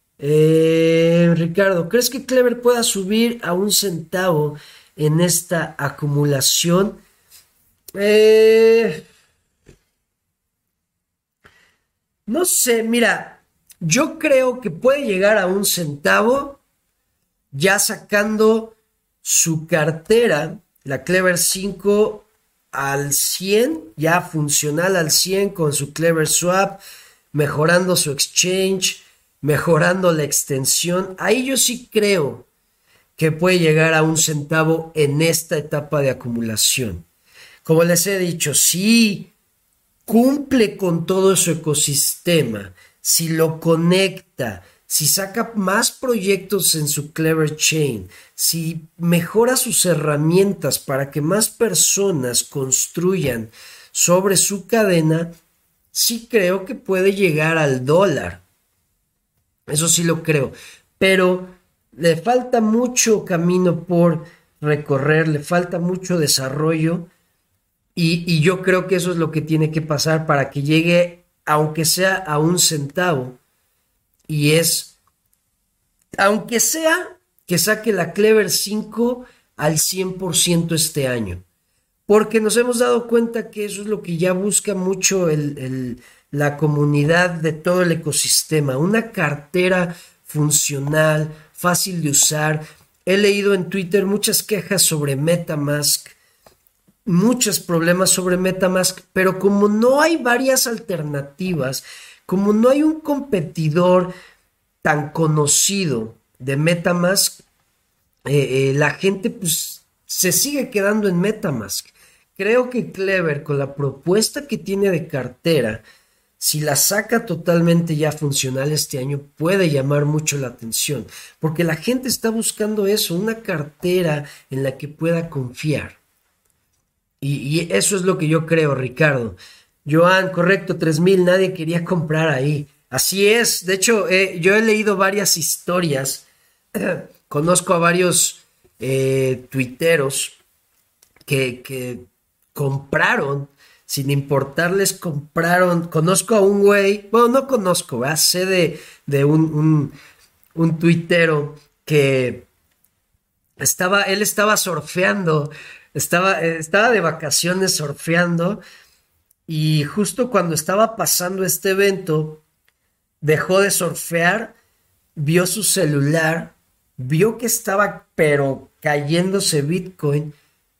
Eh, Ricardo, ¿crees que Clever pueda subir a un centavo en esta acumulación? Eh, No sé, mira, yo creo que puede llegar a un centavo ya sacando su cartera, la Clever cinco al cien, ya funcional al cien con su Clever Swap, mejorando su exchange, mejorando la extensión. Ahí yo sí creo que puede llegar a un centavo en esta etapa de acumulación. Como les he dicho, si cumple con todo su ecosistema, si lo conecta, si saca más proyectos en su Clever Chain, si mejora sus herramientas para que más personas construyan sobre su cadena, sí creo que puede llegar al dólar. Eso sí lo creo. Pero le falta mucho camino por recorrer, le falta mucho desarrollo y, y yo creo que eso es lo que tiene que pasar para que llegue, aunque sea a un centavo. Y es, aunque sea que saque la Clever cinco al cien por ciento este año. Porque nos hemos dado cuenta que eso es lo que ya busca mucho el, el, la comunidad de todo el ecosistema. Una cartera funcional, fácil de usar. He leído en Twitter muchas quejas sobre MetaMask, muchos problemas sobre MetaMask, pero como no hay varias alternativas, como no hay un competidor tan conocido de MetaMask, eh, eh, la gente pues se sigue quedando en MetaMask. Creo que Clever, con la propuesta que tiene de cartera, si la saca totalmente ya funcional este año, puede llamar mucho la atención, porque la gente está buscando eso, una cartera en la que pueda confiar. Y, y eso es lo que yo creo, Ricardo. Joan, correcto, tres mil, nadie quería comprar ahí. Así es, de hecho, eh, yo he leído varias historias, conozco a varios eh, tuiteros que, que compraron, sin importarles, compraron. Conozco a un güey, bueno, no conozco, ¿verdad? Sé de, de un, un, un tuitero que estaba, él estaba surfeando, estaba, eh, estaba de vacaciones surfeando y justo cuando estaba pasando este evento, dejó de surfear, vio su celular, vio que estaba pero cayéndose Bitcoin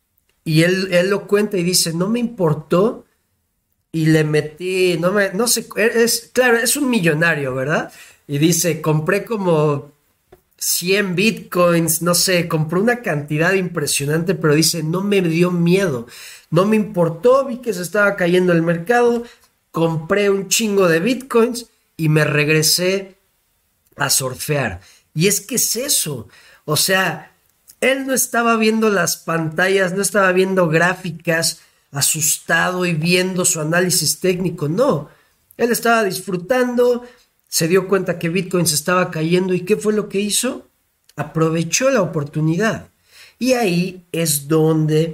y él, él lo cuenta y dice, no me importó y le metí, no me, no sé, es, claro, es un millonario, ¿verdad? Y dice, compré como cien bitcoins, no sé, compró una cantidad impresionante, pero dice, no me dio miedo, no me importó, vi que se estaba cayendo el mercado, compré un chingo de bitcoins y me regresé a surfear. Y es que es eso, o sea, él no estaba viendo las pantallas, no estaba viendo gráficas, asustado y viendo su análisis técnico, no, él estaba disfrutando, se dio cuenta que Bitcoin se estaba cayendo y ¿qué fue lo que hizo? Aprovechó la oportunidad. Y ahí es donde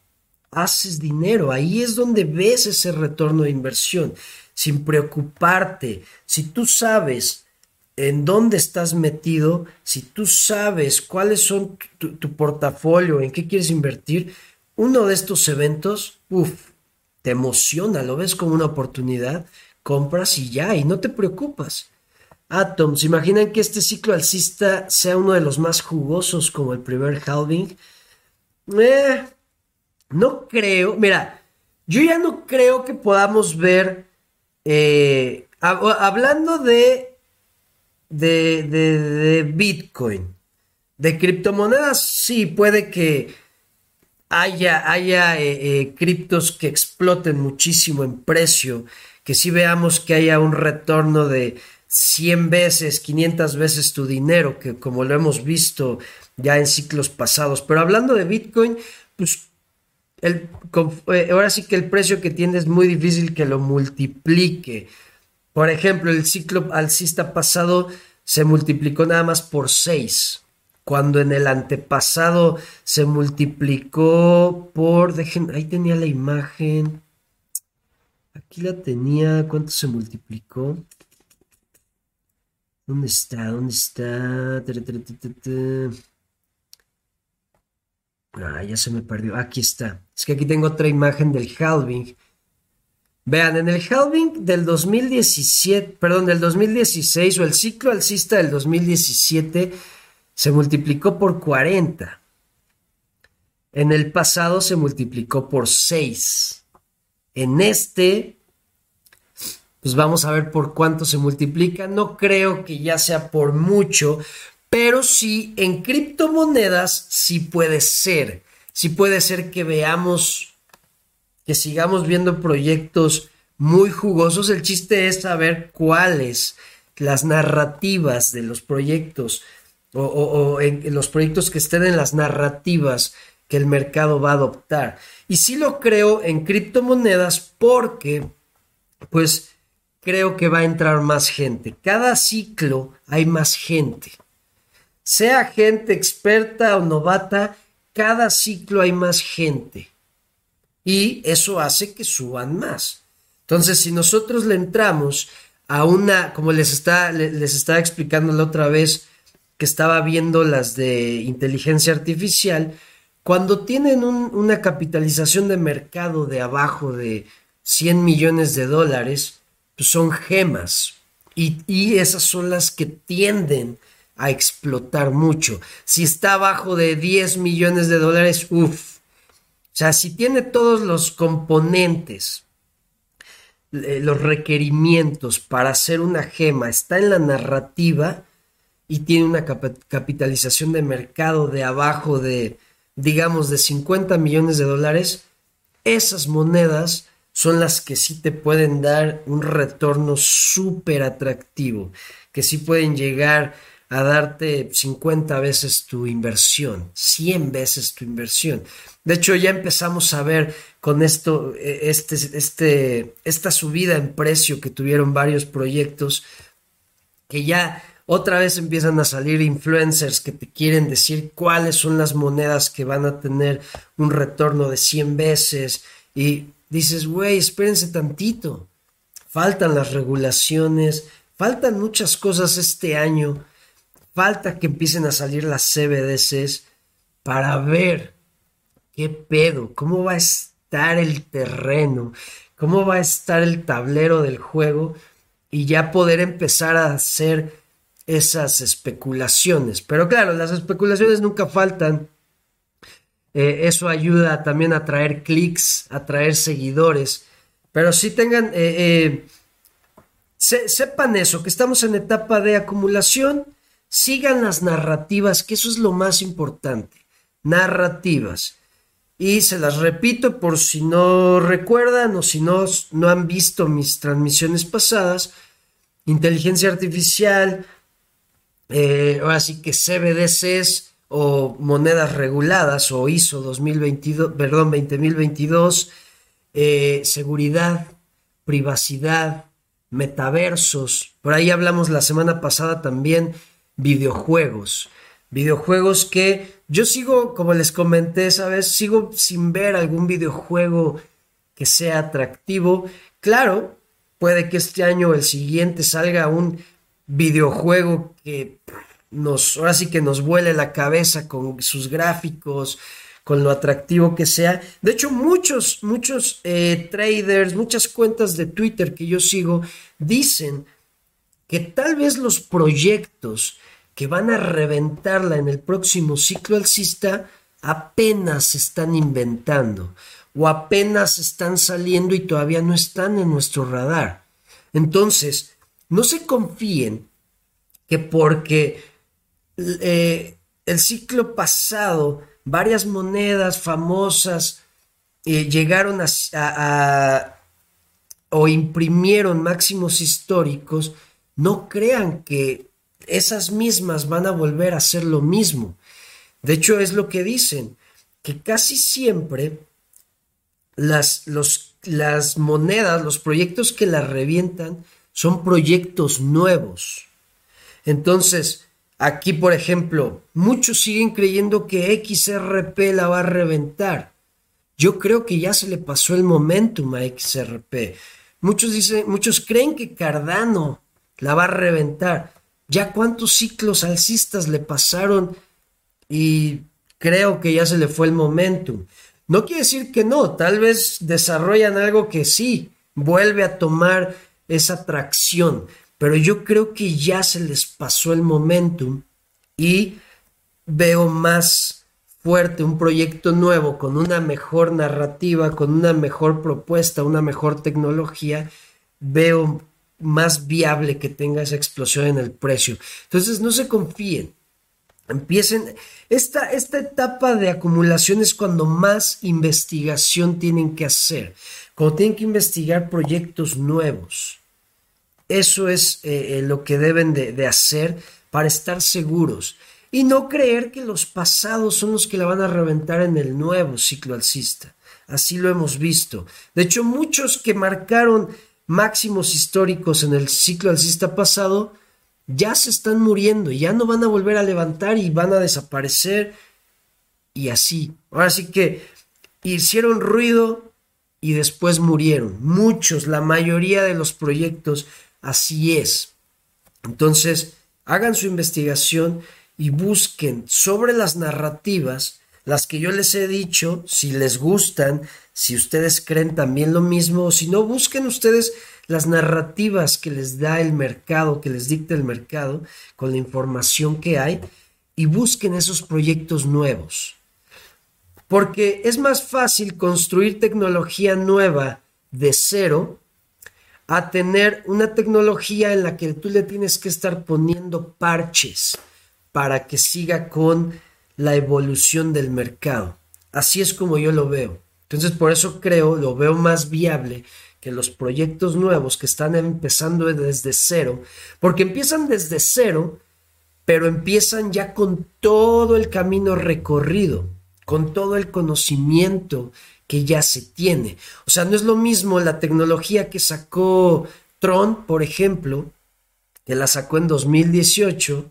haces dinero, ahí es donde ves ese retorno de inversión, sin preocuparte. Si tú sabes en dónde estás metido, si tú sabes cuáles son tu, tu portafolio, en qué quieres invertir, uno de estos eventos, uff, te emociona, lo ves como una oportunidad, compras y ya, y no te preocupas. Atom, ¿se imaginan que este ciclo alcista sea uno de los más jugosos como el primer halving? Eh, no creo, mira, yo ya no creo que podamos ver, eh, hab- hablando de, de, de, de Bitcoin, de criptomonedas, sí, puede que haya, haya eh, eh, criptos que exploten muchísimo en precio, que sí veamos que haya un retorno de cien veces, quinientas veces tu dinero, que como lo hemos visto ya en ciclos pasados. Pero hablando de Bitcoin, pues el, eh, ahora sí que el precio que tiene es muy difícil que lo multiplique. Por ejemplo, el ciclo alcista pasado se multiplicó nada más por seis, cuando en el antepasado se multiplicó por, dejen, ahí tenía la imagen, aquí la tenía, ¿cuánto se multiplicó? ¿Dónde está? ¿Dónde está? Tere, tere, tere, tere, tere. Ah, ya se me perdió. Aquí está. Es que aquí tengo otra imagen del halving. Vean, en el halving del dos mil diecisiete, perdón, del dos mil dieciséis o el ciclo alcista del dos mil diecisiete se multiplicó por cuarenta. En el pasado se multiplicó por seis. En este, pues vamos a ver por cuánto se multiplica. No creo que ya sea por mucho, pero sí en criptomonedas sí puede ser. Sí puede ser que veamos, que sigamos viendo proyectos muy jugosos. El chiste es saber cuáles las narrativas de los proyectos o, o, o en los proyectos que estén en las narrativas que el mercado va a adoptar. Y sí lo creo en criptomonedas porque, pues, creo que va a entrar más gente. Cada ciclo hay más gente. Sea gente experta o novata, cada ciclo hay más gente. Y eso hace que suban más. Entonces, si nosotros le entramos a una, como les está, les estaba explicando la otra vez que estaba viendo las de inteligencia artificial, cuando tienen un, una capitalización de mercado de abajo de cien millones de dólares, pues son gemas. Y, y esas son las que tienden a explotar mucho. Si está abajo de diez millones de dólares, uff. O sea, si tiene todos los componentes, eh, los requerimientos para hacer una gema, está en la narrativa y tiene una cap- capitalización de mercado de abajo de, digamos, de cincuenta millones de dólares, esas monedas son las que sí te pueden dar un retorno súper atractivo, que sí pueden llegar a darte cincuenta veces tu inversión, cien veces tu inversión. De hecho, ya empezamos a ver con esto, este, este, esta subida en precio que tuvieron varios proyectos, que ya otra vez empiezan a salir influencers que te quieren decir cuáles son las monedas que van a tener un retorno de cien veces. Y dices, güey, espérense tantito. Faltan las regulaciones, faltan muchas cosas este año. Falta que empiecen a salir las C B D Cs para ver qué pedo, cómo va a estar el terreno, cómo va a estar el tablero del juego y ya poder empezar a hacer esas especulaciones. Pero claro, las especulaciones nunca faltan. Eh, eso ayuda también a traer clics, a traer seguidores. Pero sí tengan, eh, eh, se, sepan eso, que estamos en etapa de acumulación. Sigan las narrativas, que eso es lo más importante. Narrativas. Y se las repito por si no recuerdan o si no, no han visto mis transmisiones pasadas. Inteligencia artificial, eh, ahora sí que C B D Cs o monedas reguladas o I S O dos mil veintidós, perdón, veinte mil veintidós, eh, seguridad, privacidad, metaversos. Por ahí hablamos la semana pasada también videojuegos. Videojuegos que yo sigo, como les comenté esa vez, sigo sin ver algún videojuego que sea atractivo. Claro, puede que este año o el siguiente salga un videojuego que nos, ahora sí que nos vuele la cabeza con sus gráficos, con lo atractivo que sea. De hecho, muchos, muchos eh, traders, muchas cuentas de Twitter que yo sigo, dicen que tal vez los proyectos que van a reventarla en el próximo ciclo alcista apenas se están inventando o apenas están saliendo y todavía no están en nuestro radar. Entonces, no se confíen que porque eh, el ciclo pasado varias monedas famosas eh, llegaron a, a, a o imprimieron máximos históricos, no crean que esas mismas van a volver a hacer lo mismo. De hecho, es lo que dicen, que casi siempre las, los, las monedas, los proyectos que las revientan, son proyectos nuevos. Entonces, aquí, por ejemplo, muchos siguen creyendo que X R P la va a reventar. Yo creo que ya se le pasó el momentum a X R P. Muchos dicen, muchos creen que Cardano la va a reventar. Ya cuántos ciclos alcistas le pasaron y creo que ya se le fue el momentum. No quiere decir que no, tal vez desarrollan algo que sí, vuelve a tomar esa tracción, pero yo creo que ya se les pasó el momentum y veo más fuerte un proyecto nuevo con una mejor narrativa, con una mejor propuesta, una mejor tecnología, veo más viable que tenga esa explosión en el precio. Entonces no se confíen, empiecen, esta, esta etapa de acumulación es cuando más investigación tienen que hacer, cuando tienen que investigar proyectos nuevos. Eso es eh, lo que deben de, de hacer para estar seguros y no creer que los pasados son los que la van a reventar en el nuevo ciclo alcista. Así lo hemos visto. De hecho, muchos que marcaron máximos históricos en el ciclo alcista pasado ya se están muriendo y ya no van a volver a levantar y van a desaparecer y así. Ahora sí que hicieron ruido y después murieron. Muchos, la mayoría de los proyectos, así es. Entonces, hagan su investigación y busquen sobre las narrativas, las que yo les he dicho, si les gustan, si ustedes creen también lo mismo, o si no, busquen ustedes las narrativas que les da el mercado, que les dicta el mercado, con la información que hay, y busquen esos proyectos nuevos. Porque es más fácil construir tecnología nueva de cero a tener una tecnología en la que tú le tienes que estar poniendo parches para que siga con la evolución del mercado. Así es como yo lo veo. Entonces, por eso creo, lo veo más viable que los proyectos nuevos que están empezando desde cero, porque empiezan desde cero, pero empiezan ya con todo el camino recorrido, con todo el conocimiento que ya se tiene. O sea, no es lo mismo la tecnología que sacó Tron, por ejemplo, que la sacó en dos mil dieciocho,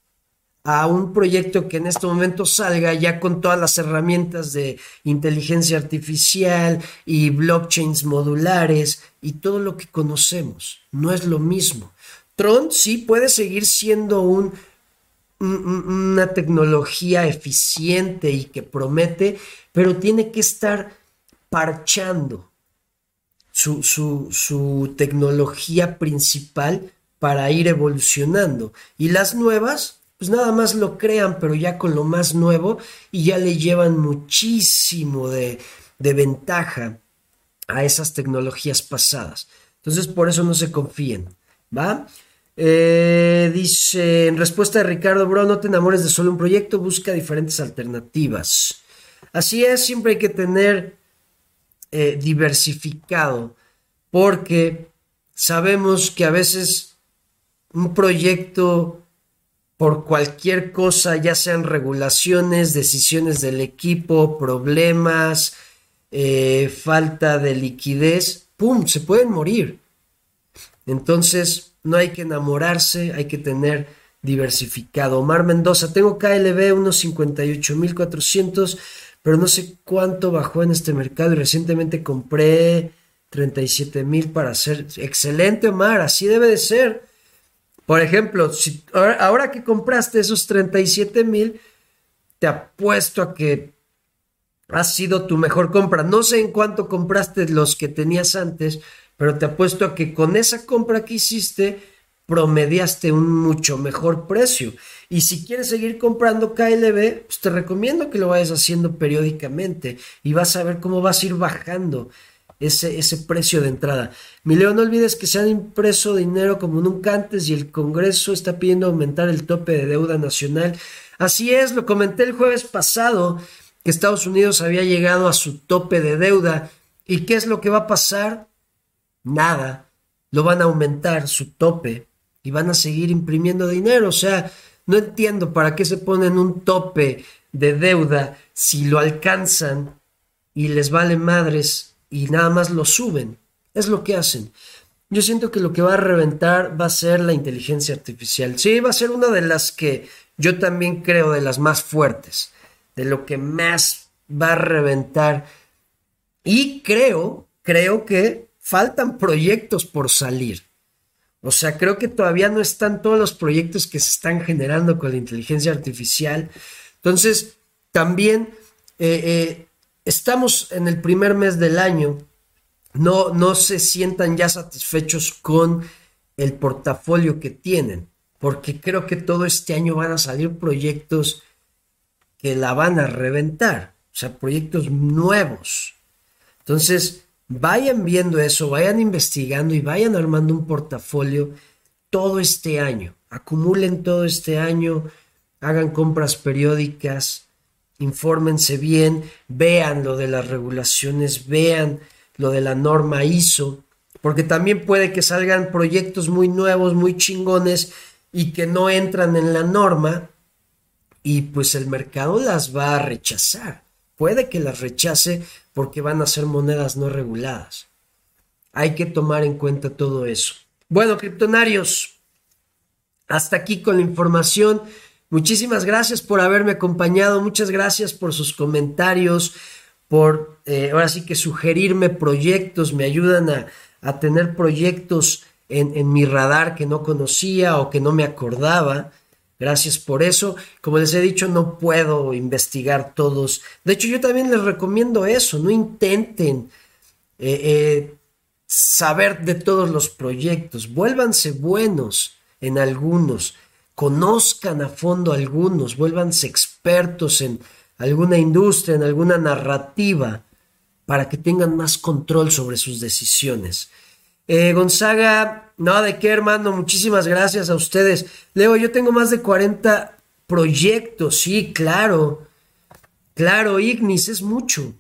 a un proyecto que en este momento salga ya con todas las herramientas de inteligencia artificial y blockchains modulares y todo lo que conocemos. No es lo mismo. Tron sí puede seguir siendo un, un, una tecnología eficiente y que promete, pero tiene que estar parchando su, su, su tecnología principal para ir evolucionando. Y las nuevas, pues nada más lo crean, pero ya con lo más nuevo y ya le llevan muchísimo de, de ventaja a esas tecnologías pasadas. Entonces, por eso no se confíen, ¿va? Eh, dice, en respuesta de Ricardo, bro, no te enamores de solo un proyecto, busca diferentes alternativas. Así es, siempre hay que tener eh, diversificado, porque sabemos que a veces un proyecto, por cualquier cosa, ya sean regulaciones, decisiones del equipo, problemas, eh, falta de liquidez, ¡pum!, se pueden morir. Entonces, no hay que enamorarse, hay que tener diversificado. Omar Mendoza, tengo K L B unos cincuenta y ocho mil cuatrocientos, pero no sé cuánto bajó en este mercado y recientemente compré treinta y siete mil para hacer. Excelente, Omar, así debe de ser. Por ejemplo, si ahora, ahora que compraste esos treinta y siete mil, te apuesto a que ha sido tu mejor compra. No sé en cuánto compraste los que tenías antes, pero te apuesto a que con esa compra que hiciste promediaste un mucho mejor precio. Y si quieres seguir comprando K L B, pues te recomiendo que lo vayas haciendo periódicamente y vas a ver cómo vas a ir bajando ese, ese precio de entrada. Mi Leo, no olvides que se han impreso dinero como nunca antes y el Congreso está pidiendo aumentar el tope de deuda nacional. Así es, lo comenté el jueves pasado, que Estados Unidos había llegado a su tope de deuda. ¿Y qué es lo que va a pasar? Nada. Lo van a aumentar su tope y van a seguir imprimiendo dinero. O sea, no entiendo para qué se ponen un tope de deuda si lo alcanzan y les vale madres y nada más lo suben. Es lo que hacen. Yo siento que lo que va a reventar va a ser la inteligencia artificial. Sí, va a ser una de las que yo también creo de las más fuertes, de lo que más va a reventar. Y creo, creo que faltan proyectos por salir. O sea, creo que todavía no están todos los proyectos que se están generando con la inteligencia artificial. Entonces, también eh, eh, estamos en el primer mes del año no, no se sientan ya satisfechos con el portafolio que tienen, porque creo que todo este año van a salir proyectos que la van a reventar, o sea, proyectos nuevos. Entonces, vayan viendo eso, vayan investigando y vayan armando un portafolio todo este año. Acumulen todo este año, hagan compras periódicas, infórmense bien, vean lo de las regulaciones, vean lo de la norma I S O, porque también puede que salgan proyectos muy nuevos, muy chingones y que no entran en la norma y pues el mercado las va a rechazar. Puede que las rechace porque van a ser monedas no reguladas. Hay que tomar en cuenta todo eso. Bueno, criptonarios, hasta aquí con la información. Muchísimas gracias por haberme acompañado. Muchas gracias por sus comentarios, por eh, ahora sí que sugerirme proyectos. Me ayudan a, a tener proyectos en, en mi radar que no conocía o que no me acordaba. Gracias por eso. Como les he dicho, no puedo investigar todos. De hecho, yo también les recomiendo eso. No intenten eh, eh, saber de todos los proyectos. Vuélvanse buenos en algunos. Conozcan a fondo algunos. Vuélvanse expertos en alguna industria, en alguna narrativa, para que tengan más control sobre sus decisiones. Eh, Gonzaga, no, de qué, hermano, muchísimas gracias a ustedes. Leo, yo tengo más de cuarenta proyectos, sí, claro, claro, Ignis, es mucho.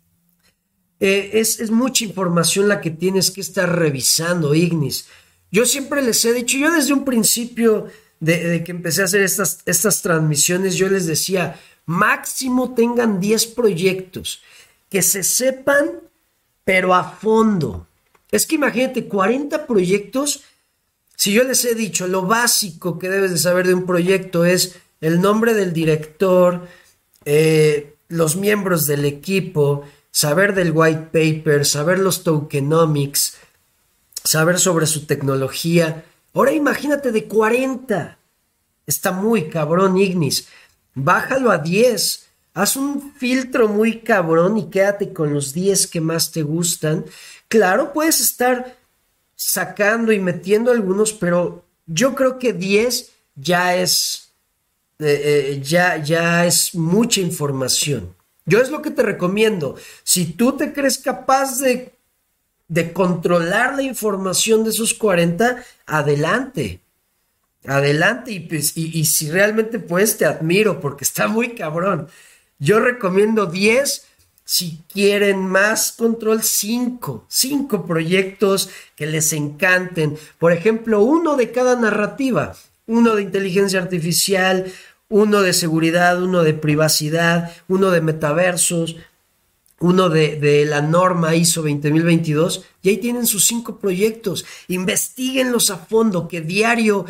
Eh, es, es mucha información la que tienes que estar revisando, Ignis. Yo siempre les he dicho, yo desde un principio de, de que empecé a hacer estas, estas transmisiones, yo les decía, máximo tengan diez proyectos, que se sepan, pero a fondo. Es que imagínate, cuarenta proyectos, si yo les he dicho, lo básico que debes de saber de un proyecto es el nombre del director, eh, los miembros del equipo, saber del white paper, saber los tokenomics, saber sobre su tecnología. Ahora imagínate de cuarenta. Está muy cabrón, Ignis. Bájalo a diez. Haz un filtro muy cabrón y quédate con los diez que más te gustan. Claro, puedes estar sacando y metiendo algunos, pero yo creo que diez ya es, eh, eh, ya, ya es mucha información. Yo es lo que te recomiendo. Si tú te crees capaz de, de controlar la información de esos cuarenta, adelante. Adelante. Y, pues, y, y si realmente puedes, te admiro porque está muy cabrón. Yo recomiendo diez. Si quieren más control, cinco, cinco proyectos que les encanten. Por ejemplo, uno de cada narrativa, uno de inteligencia artificial, uno de seguridad, uno de privacidad, uno de metaversos, uno de, de la norma I S O veinte mil veintidós, y ahí tienen sus cinco proyectos. Investíguenlos a fondo, que diario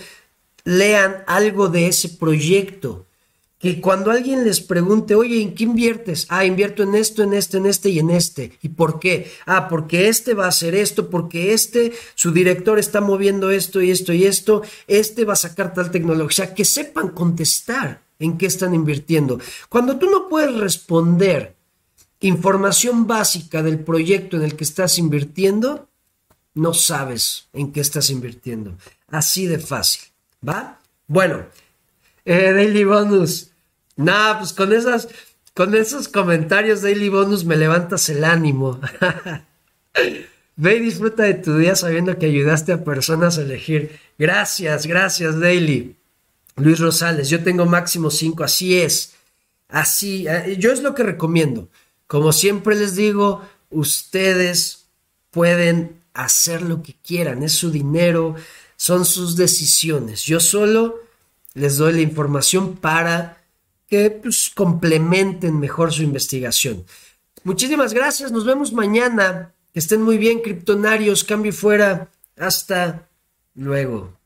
lean algo de ese proyecto. Que cuando alguien les pregunte, oye, ¿en qué inviertes? Ah, invierto en esto, en este, en este y en este. ¿Y por qué? Ah, porque este va a hacer esto, porque este, su director está moviendo esto y esto y esto, este va a sacar tal tecnología. O sea, que sepan contestar en qué están invirtiendo. Cuando tú no puedes responder información básica del proyecto en el que estás invirtiendo, no sabes en qué estás invirtiendo. Así de fácil, ¿va? Bueno, Eh, Daily Bonus. Nah, pues con esas, con esos comentarios, Daily Bonus, me levantas el ánimo. Ve y disfruta de tu día sabiendo que ayudaste a personas a elegir. Gracias, gracias, Daily. Luis Rosales, yo tengo máximo cinco, así es. Así, yo es lo que recomiendo. Como siempre les digo, ustedes pueden hacer lo que quieran, es su dinero, son sus decisiones. Yo solo les doy la información para que pues, complementen mejor su investigación. Muchísimas gracias, nos vemos mañana. Que estén muy bien, criptonarios, cambio y fuera. Hasta luego.